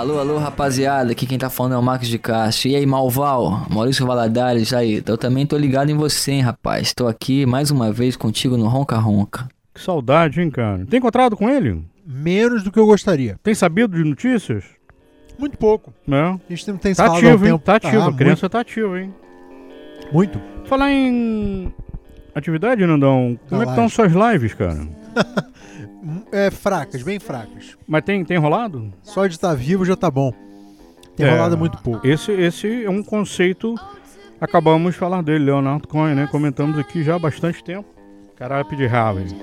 Alô, alô, rapaziada, aqui quem tá falando é o Marcos de Castro. E aí, Malval, Maurício Valadares, aí, eu também tô ligado em você, hein, rapaz. Tô aqui mais uma vez contigo no Ronca Ronca. Que saudade, hein, cara. Tem encontrado com ele? Menos do que eu gostaria. Tem sabido de notícias? Muito pouco. É. A gente não tem Tá falado ativo, ao hein? tempo. Tá ativo, Ah, a criança muito. tá ativa, hein? Muito. Falar em atividade, Nandão, como é que estão live. suas lives, cara? É, fracas, bem fracas. Mas tem, tem rolado? Só de estar vivo já tá bom. Tem É, rolado muito pouco. Esse, esse é um conceito, acabamos de falar dele, Leonardo Cohen, né? Comentamos aqui já há bastante tempo. Caralho de Harvey.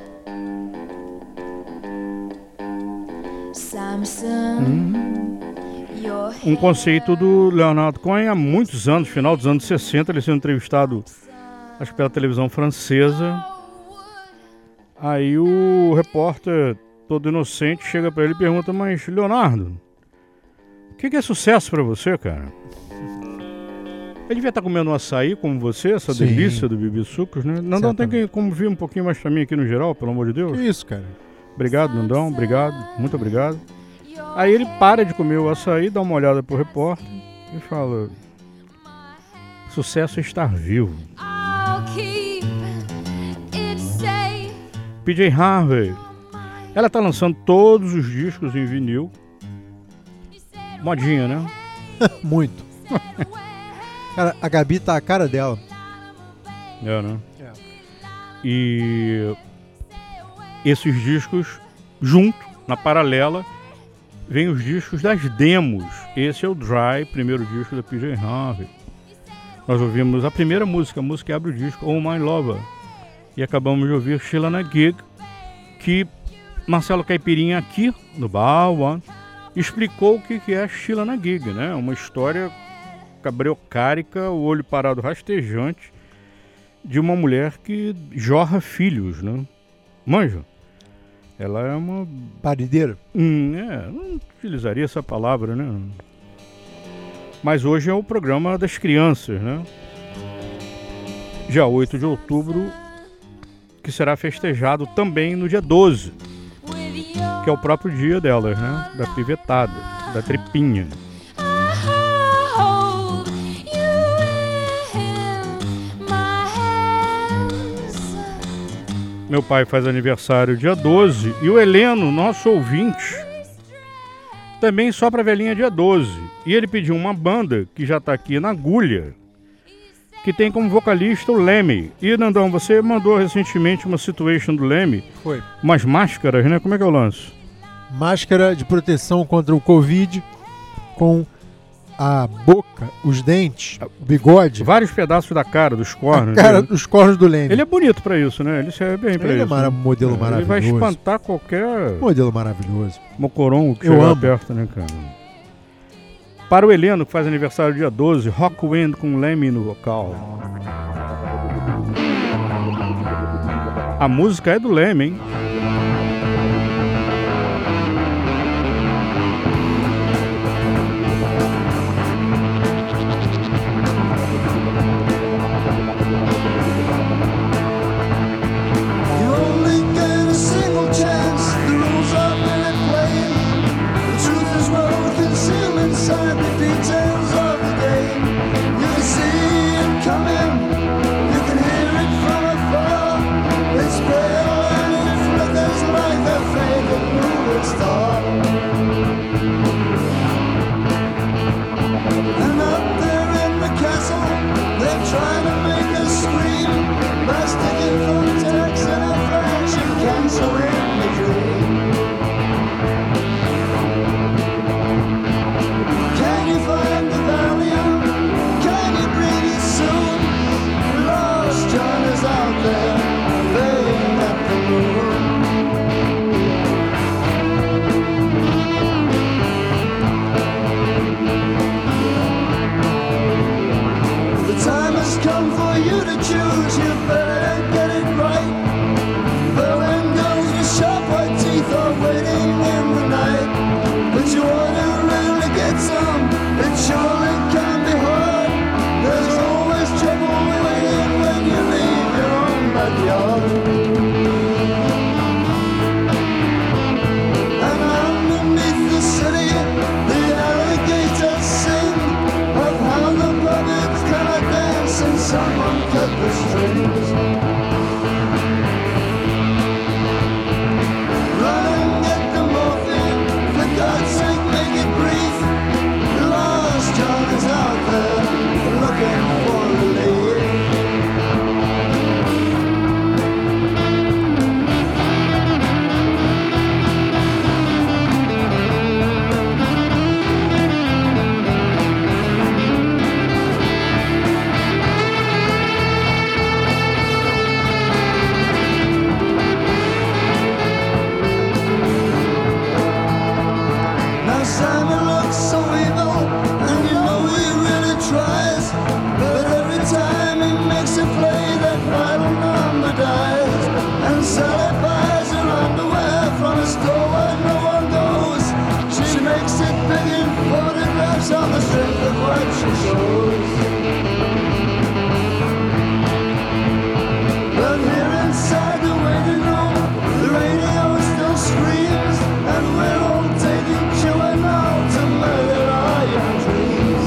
Um conceito do Leonardo Cohen há muitos anos, final dos anos sessenta, ele sendo entrevistado, acho que pela televisão francesa. Aí o repórter, todo inocente, chega pra ele e pergunta, mas Leonardo, o que, que é sucesso pra você, cara? Ele devia estar comendo um açaí como você, essa Sim. delícia do Bibi Sucos, né? Nandão, tem que como vir um pouquinho mais pra mim aqui no geral, pelo amor de Deus. Que isso, cara? Obrigado, Nandão, obrigado, muito obrigado. Aí ele para de comer o açaí, dá uma olhada pro repórter e fala, sucesso é estar vivo. P J Harvey, ela tá lançando todos os discos em vinil. Modinha, né? Muito. Cara, a Gabi tá a cara dela. É, né? É. E esses discos, junto, na paralela, vem os discos das demos. Esse é o Dry, primeiro disco da P J Harvey. Nós ouvimos a primeira música, a música que abre o disco, Oh My Lover. E acabamos de ouvir Sheila na Gig, que Marcelo Caipirinha aqui, no Bar One, explicou o que é Sheila na Gig, né? Uma história cabriocárica, o olho parado rastejante, de uma mulher que jorra filhos, né? Manja? Ela é uma... Parideira? Hum, é, não utilizaria essa palavra, né? Mas hoje é o programa das crianças, né? Dia oito de outubro, que será festejado também no dia doze, que é o próprio dia delas, né? Da pivetada, da tripinha. Meu pai faz aniversário dia doze e o Heleno, nosso ouvinte, também só pra velhinha dia doze. E ele pediu uma banda que já tá aqui na agulha, que tem como vocalista o Lemmy. E, Nandão, você mandou recentemente uma situation do Lemmy. Foi. Umas máscaras, né? Como é que é o lance? Máscara de proteção contra o Covid, com a boca, os dentes, o bigode. Vários pedaços da cara, dos cornos. A cara dele. dos cornos do Lemmy. Ele é bonito pra isso, né? Ele serve bem pra Ele isso. é mara- né? modelo Ele maravilhoso. vai espantar qualquer... Modelo maravilhoso. Mocorongo que Eu chegar amo. perto, né, cara? Para o Heleno, que faz aniversário dia doze, Rockwind com Lemmy no vocal. A música é do Lemmy, hein? You only get a single chance. The rules are really plain. The truth is well concealed inside the details of the game. You can see it coming. You can hear it from afar. It's pale and it's someone cut the strings. Run and get the morphine, for God's sake make it brief. Lost John is out there looking for relief. Simon looks so evil, and you know he really tries. But every time he makes a play, that final number dies. And Sally buys her underwear from a store where no one goes. She makes it big in photographs on the strength of what she shows. But here inside the waiting room, the radio still screams, and we're all taking chewing out to murder all your dreams.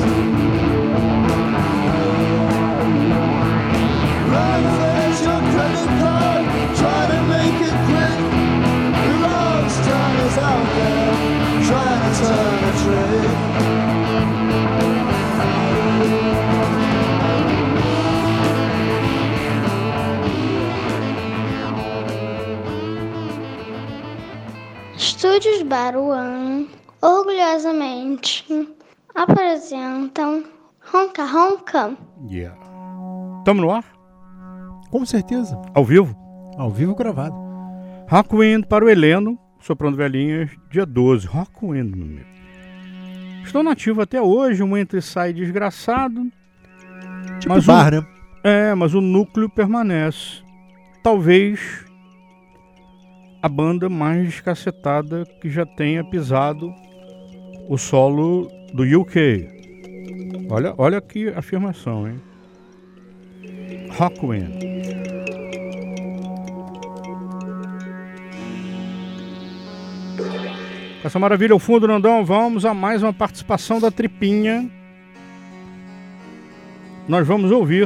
Run, fetch your credit card, try to make it quick. Love's time is out there, trying to turn a trick. Estúdios Baruan orgulhosamente apresentam Ronca Ronca. Yeah. Tamo no ar? Com certeza. Ao vivo? Ao vivo gravado. Rockwind para o Heleno, Soprando Velhinhas, dia doze. Rockwind, meu amigo. Estou nativo até hoje, um entra e sai desgraçado. Tipo mas bar, o... né? É, mas o núcleo permanece. Talvez a banda mais descacetada que já tenha pisado o solo do U K. Olha, olha que afirmação, hein? Rockwind. Essa maravilha ao fundo, Nandão, vamos a mais uma participação da Tripinha. Nós vamos ouvir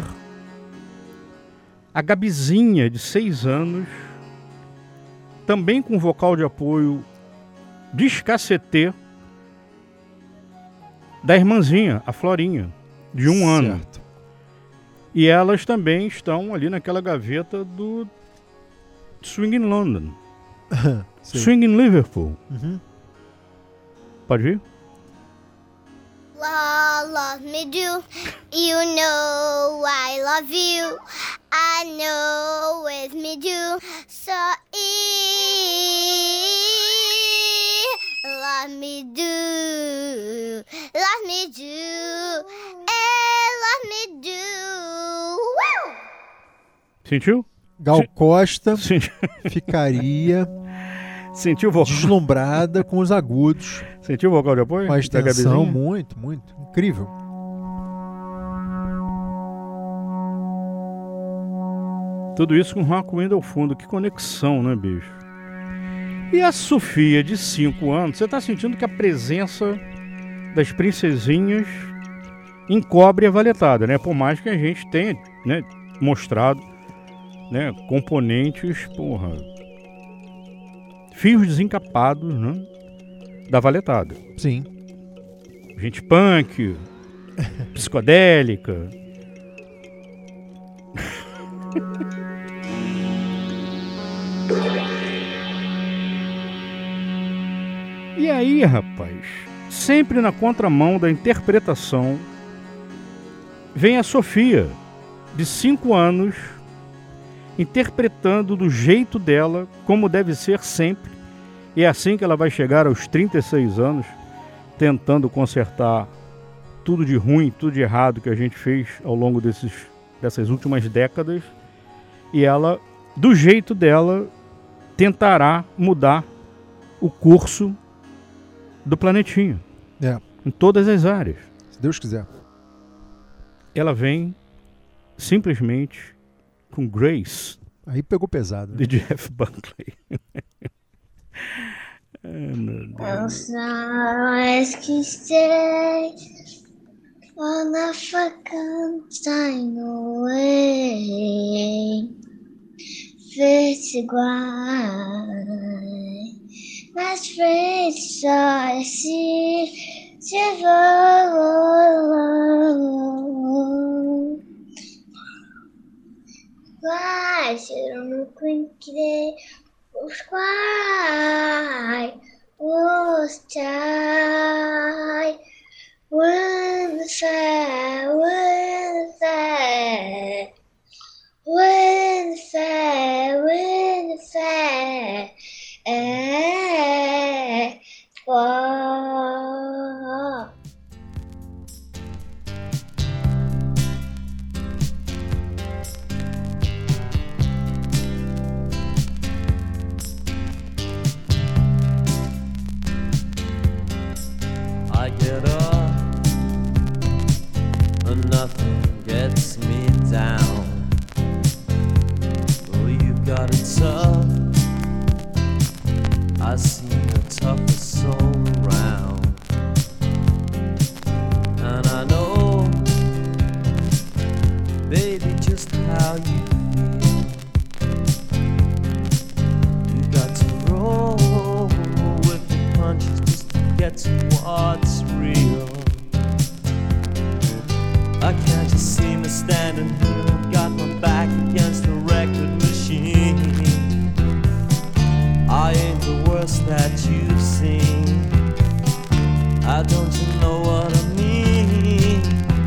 a Gabizinha, de seis anos, também com vocal de apoio descacetê da irmãzinha, a Florinha, de um ano. Certo. E elas também estão ali naquela gaveta do Swing in London. Swing in Liverpool. Uhum. Pode vir? Love, love me do, you know I love you, I know with me do, so e love me do, love me do, eh, love me do. Woo! Sentiu? Gal Costa Sentiu. ficaria Sentiu o vocal? deslumbrada com os agudos. Sentiu o vocal de apoio? Com a da extensão, Gabizinha? muito, muito. Incrível. Tudo isso com Rockwind ao fundo. Que conexão, né, bicho? E a Sofia, de cinco anos, você tá sentindo que a presença das princesinhas encobre a valetada, né? Por mais que a gente tenha, né, mostrado, né, componentes, porra, fios desencapados, né, da valetada. Sim. Gente punk, psicodélica. E aí, rapaz, sempre na contramão da interpretação, vem a Sofia, de cinco anos, interpretando do jeito dela, como deve ser sempre. E é assim que ela vai chegar aos trinta e seis anos, tentando consertar tudo de ruim, tudo de errado que a gente fez ao longo desses, dessas últimas décadas. E ela, do jeito dela, tentará mudar o curso do planetinha. É. Em todas as áreas. Se Deus quiser. Ela vem simplesmente com Grace. Aí pegou pesado. Né? De Jeff Buckley. Ai, meu Deus. Os sonhos que sei on a fucking time away. Vê-se iguais, mas frente só se se vão. Quais serão no quinquilê, os quais os chai. When the fair, when the fair, when the fair, when the fair, eh, fall. I get up and nothing gets me down. Well, you got it tough. I see the toughest soul around, and I know, baby, just how you feel. You got to roll with the punches just to get to what's real. I can't just see me standing here, got my back against the record machine. I ain't the worst that you've seen. I don't you know what I mean?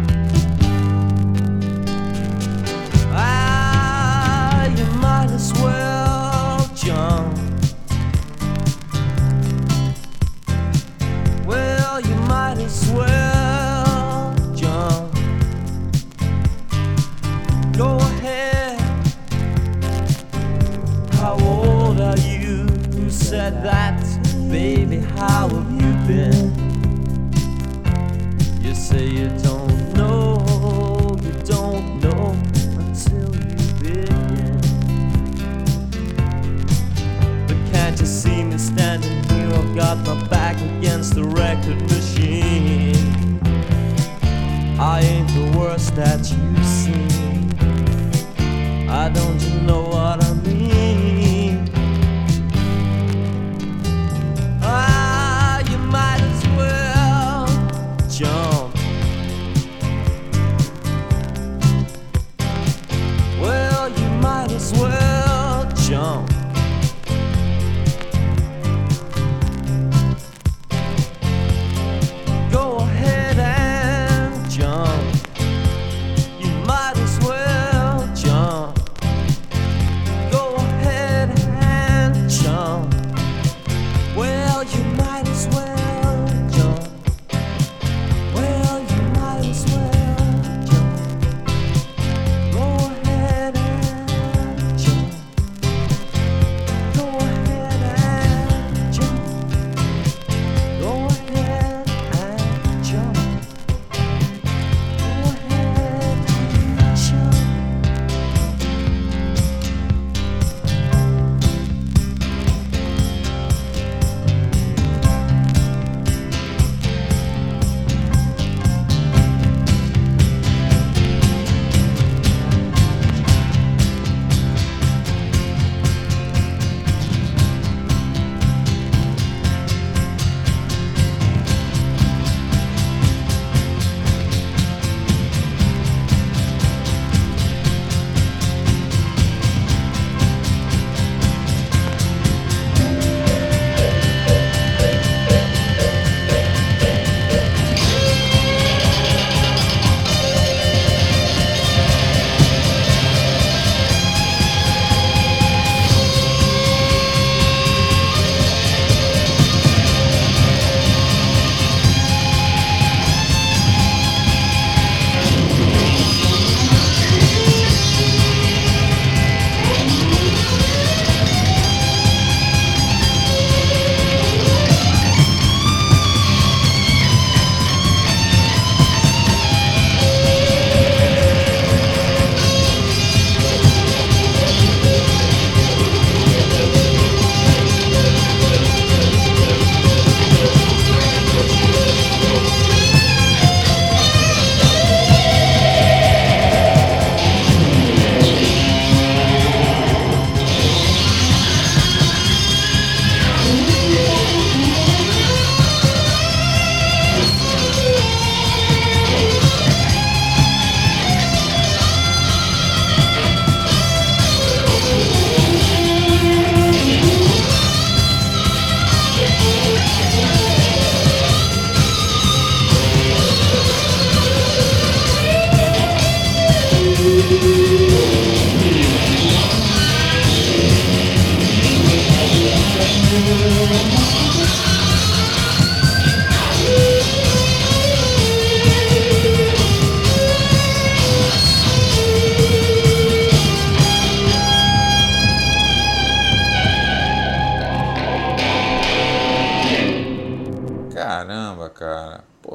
Ah, you might as well jump. Well, you might as well jump. Go ahead. How old are you? Who said that? Baby, how have you been? You say you don't know, you don't know until you begin. But can't you see me standing here? I've got my back against the record machine. I ain't the worst that you've seen. I don't you know what I mean? Ah, you might as well jump. Well, you might as well jump. Go ahead and jump. You might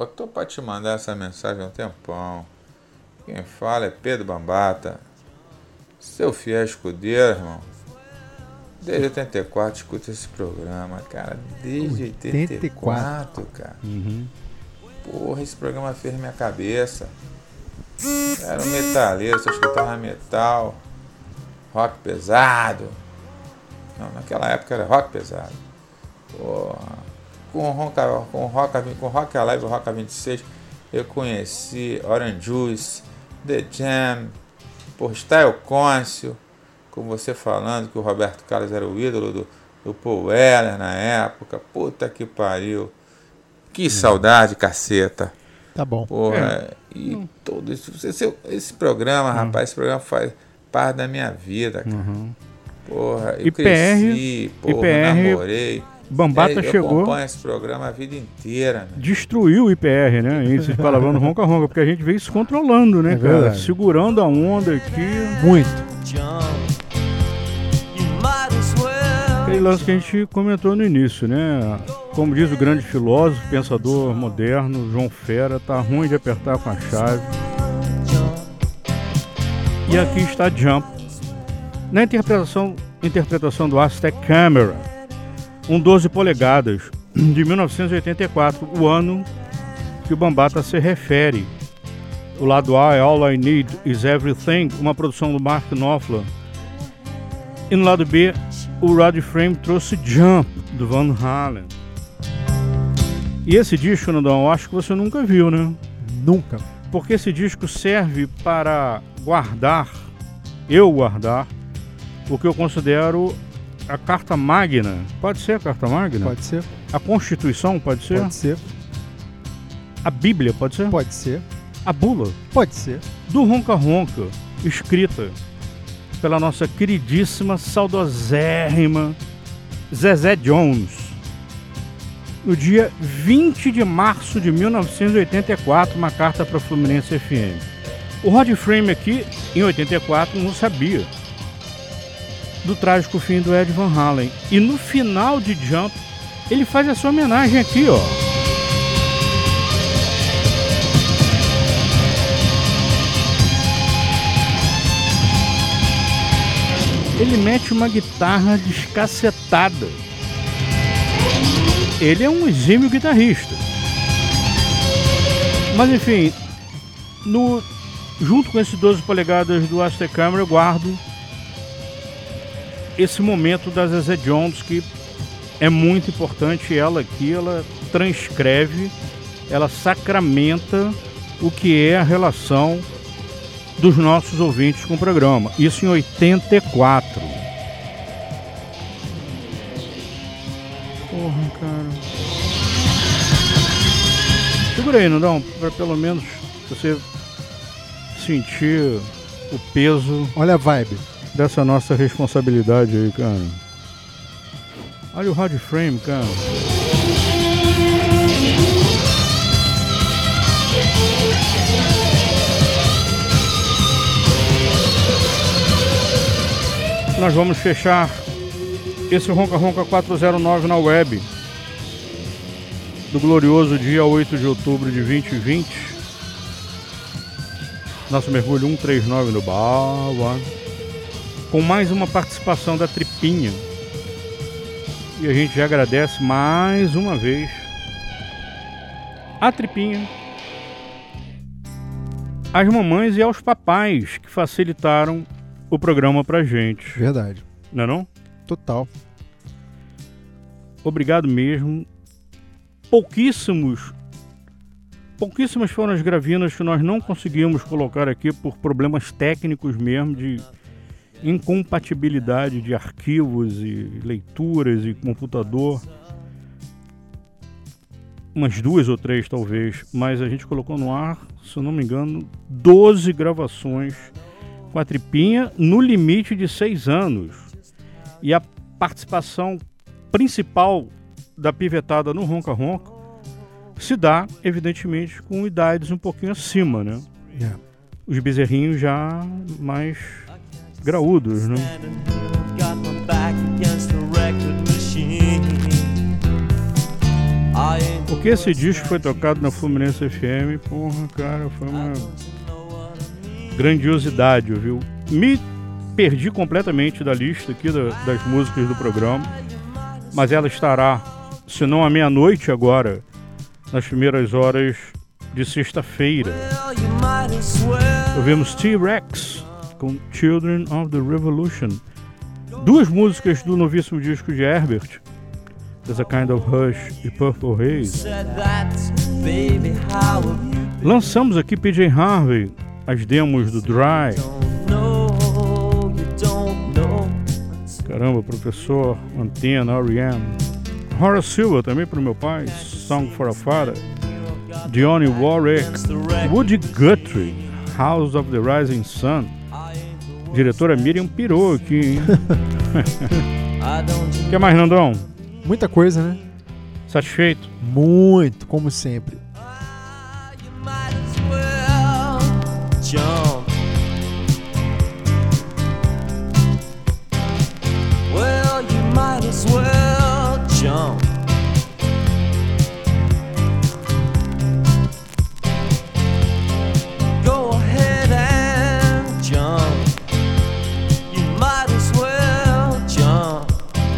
Pô, tô pra te mandar essa mensagem há um tempão. Quem fala é Pedro Bambata. Seu fiel escudeiro, irmão. Desde oitenta e quatro escuta esse programa, cara. Desde oitenta e quatro, cara. Uhum. Porra, esse programa fez minha cabeça. Era um metaleiro, só escutava metal, rock pesado. Não, naquela época era rock pesado. Porra. Com rock, com rock, com rock Alive e Rock vinte e seis, eu conheci Orange Juice, The Jam, por Style Council, com você falando que o Roberto Carlos era o ídolo do, do Paul Weller na época. Puta que pariu. Que saudade, caceta. Tá bom. Porra, é. e hum. todo isso. Esse, esse programa, hum. rapaz, esse programa faz parte da minha vida, cara. Uhum. Porra, eu I P R, cresci, porra, I P R, namorei. Bambata eu chegou. Eu acompanho esse programa a vida inteira, né? Destruiu o I P R, né? Isso de palavrão Ronca Ronca, porque a gente veio se controlando, né, é cara? Verdade. Segurando a onda aqui. Muito. Aquele lance que a gente comentou no início, né? Como diz o grande filósofo, pensador moderno, João Fera, tá ruim de apertar com a chave. E aqui está Jump. Na interpretação, interpretação do Aztec Camera, um doze polegadas, de mil novecentos e oitenta e quatro, o ano que o Bambata se refere. O lado A é All I Need Is Everything, uma produção do Mark Knopfler. E no lado B, o Rod Frame trouxe Jump, do Van Halen. E esse disco, Nandão, eu acho que você nunca viu, né? Nunca. Porque esse disco serve para guardar, eu guardar, o que eu considero a Carta Magna. Pode ser a Carta Magna? Pode ser. A Constituição, pode ser? Pode ser. A Bíblia, pode ser? Pode ser. A Bula? Pode ser. Do Ronca Ronca, escrita pela nossa queridíssima, saudosérrima Zezé Jones, no dia vinte de março de mil novecentos e oitenta e quatro, uma carta para Fluminense F M. O Rod Frame aqui, em oitenta e quatro, não sabia do trágico fim do Ed Van Halen. E no final de Jump, ele faz essa homenagem aqui, ó. Ele mete uma guitarra descacetada. Ele é um exímio guitarrista. Mas enfim, no, junto com esse doze polegadas do Aztec Camera, eu guardo esse momento da Zezé Jones, que é muito importante. Ela aqui, ela transcreve, ela sacramenta o que é a relação dos nossos ouvintes com o programa. Isso em oitenta e quatro. Porra, cara. Segura aí, Nandão, para pelo menos você sentir o peso. Olha a vibe dessa nossa responsabilidade aí, cara. Olha o Rod Frame, cara. Nós vamos fechar esse Ronca Ronca quatrocentos e nove na web do glorioso dia oito de outubro de vinte e vinte. Nosso mergulho cento e trinta e nove no Bawa, com mais uma participação da Tripinha. E a gente já agradece mais uma vez a Tripinha, às mamães e aos papais que facilitaram o programa pra gente. Verdade. Não é não? Total. Obrigado mesmo. Pouquíssimos Pouquíssimas foram as gravinas que nós não conseguimos colocar aqui por problemas técnicos mesmo, de incompatibilidade de arquivos e leituras e computador. Umas duas ou três talvez, mas a gente colocou no ar, se eu não me engano, doze gravações com a Tripinha no limite de seis anos. E a participação principal da pivetada no Ronca Ronca se dá, evidentemente, com idades um pouquinho acima, né? Yeah. Os bezerrinhos já mais graúdos, né? Got my back against the record machine. I ain't Porque esse disco foi tocado na Fluminense F M, porra, cara, foi uma grandiosidade, viu? Me perdi completamente da lista aqui da, das músicas do programa, mas ela estará, se não à meia-noite agora, nas primeiras horas de sexta-feira. Ouvimos T-Rex com Children of the Revolution. Duas músicas do novíssimo disco de Herbert, There's a Kind of Hush e Purple Haze. Lançamos aqui P J Harvey, as demos do Dry. Caramba, Professor, Antena, R E M. Horace Silver, também para o meu pai, Song for a Father. Dionne Warwick, Woody Guthrie, House of the Rising Sun. Diretora Miriam pirou aqui, hein? O que mais, Nandão? Muita coisa, né? Satisfeito? Muito, como sempre. Jump. Well, you might as well jump. Go ahead and jump. You might as well jump.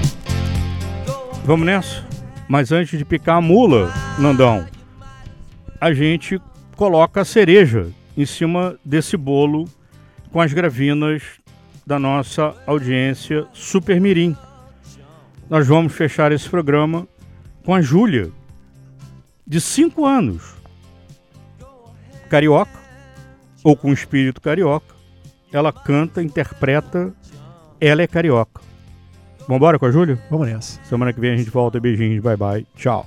Vamos nessa? Mas antes de picar a mula, Nandão, a gente coloca a cereja em cima desse bolo com as gravinas da nossa audiência Super Mirim. Nós vamos fechar esse programa com a Júlia, de cinco anos, carioca, ou com espírito carioca. Ela canta, interpreta, ela é carioca. Vambora com a Júlia? Vamos nessa. Semana que vem a gente volta. Beijinhos, bye bye, tchau.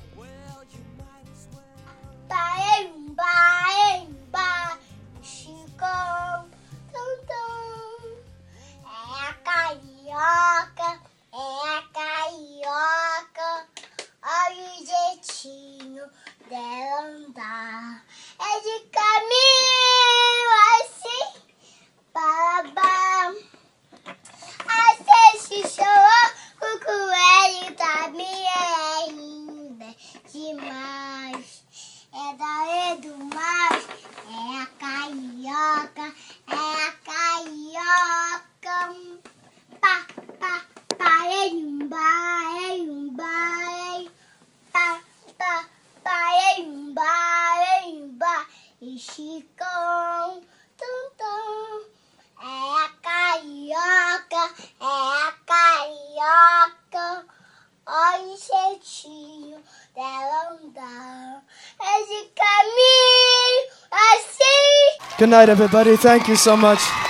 Dela andar é de caminho assim para baixo. Assim se chorou, o coelho também é ainda demais. É da do mar, é a carioca, é a carioca. Pá, pá, pá, é um bar, é um bar, pá, pá. Paemba, emba, e Chicão, tum, tum. É a carioca, é a carioca. Olha o jeitinho dela andar, é de caminho assim. Good night, everybody. Thank you so much.